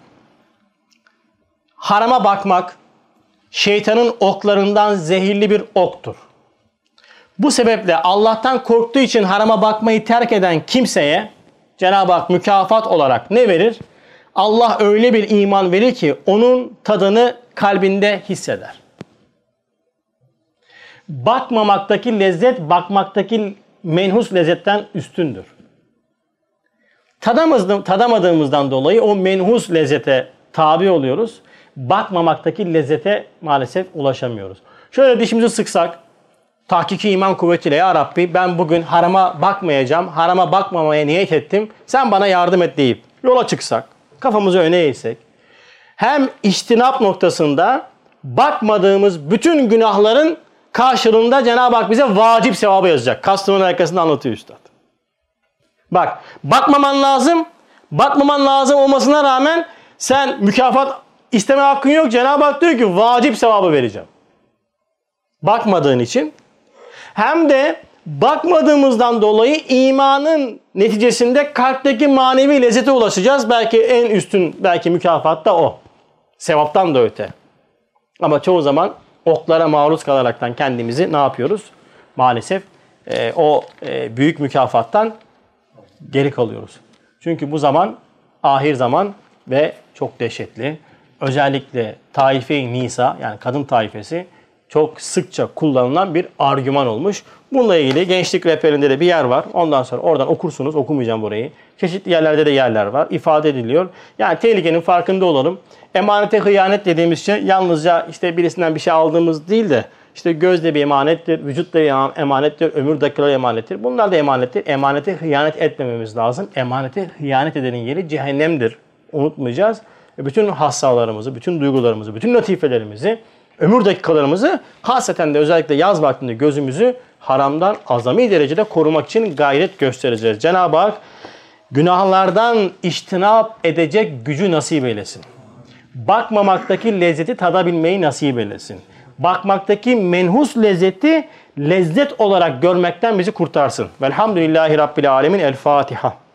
Harama bakmak şeytanın oklarından zehirli bir oktur. Bu sebeple Allah'tan korktuğu için harama bakmayı terk eden kimseye Cenab-ı Hak mükafat olarak ne verir? Allah öyle bir iman verir ki onun tadını kalbinde hisseder. Bakmamaktaki lezzet, bakmaktaki menhus lezzetten üstündür. Tadamadığımızdan dolayı o menhus lezzete tabi oluyoruz. Bakmamaktaki lezzete maalesef ulaşamıyoruz. Şöyle dişimizi sıksak, Tahkiki iman kuvvetiyle ya Rabbi ben bugün harama bakmayacağım, harama bakmamaya niyet ettim. Sen bana yardım et deyip yola çıksak, kafamızı öne eğsek, hem içtinap noktasında bakmadığımız bütün günahların karşılığında Cenab-ı Hak bize vacip sevabı yazacak. Kastımın arkasında anlatıyor üstad. Bak, bakmaman lazım. Bakmaman lazım olmasına rağmen sen mükafat isteme hakkın yok. Cenab-ı Hak diyor ki vacip sevabı vereceğim. Bakmadığın için. Hem de bakmadığımızdan dolayı imanın neticesinde kalpteki manevi lezzete ulaşacağız. Belki en üstün belki mükafat da o. Sevaptan da öte. Ama çoğu zaman oklara maruz kalaraktan kendimizi ne yapıyoruz? Maalesef o büyük mükafattan geri kalıyoruz. Çünkü bu zaman ahir zaman ve çok dehşetli. Özellikle Taife-i Nisa yani kadın taifesi çok sıkça kullanılan bir argüman olmuş. Bununla ilgili gençlik rehberinde de bir yer var. Ondan sonra oradan okursunuz. Okumayacağım burayı. Çeşitli yerlerde de yerler var. İfade ediliyor. Yani tehlikenin farkında olalım. Emanete hıyanet dediğimiz şey yalnızca işte birisinden bir şey aldığımız değil de işte göz de bir emanettir, vücut da bir emanettir, ömür dakikaları emanettir. Bunlar da emanettir. Emanete hıyanet etmememiz lazım. Emanete hıyanet edenin yeri cehennemdir. Unutmayacağız. Bütün hassalarımızı, bütün duygularımızı, bütün latifelerimizi, ömür dakikalarımızı hasreten de özellikle yaz vaktinde gözümüzü haramdan azami derecede korumak için gayret göstereceğiz. Cenab-ı Hak günahlardan içtinap edecek gücü nasip eylesin. Bakmamaktaki lezzeti tadabilmeyi nasip eylesin. Bakmaktaki menhus lezzeti lezzet olarak görmekten bizi kurtarsın. Velhamdülillahi Rabbil Alemin. El Fatiha.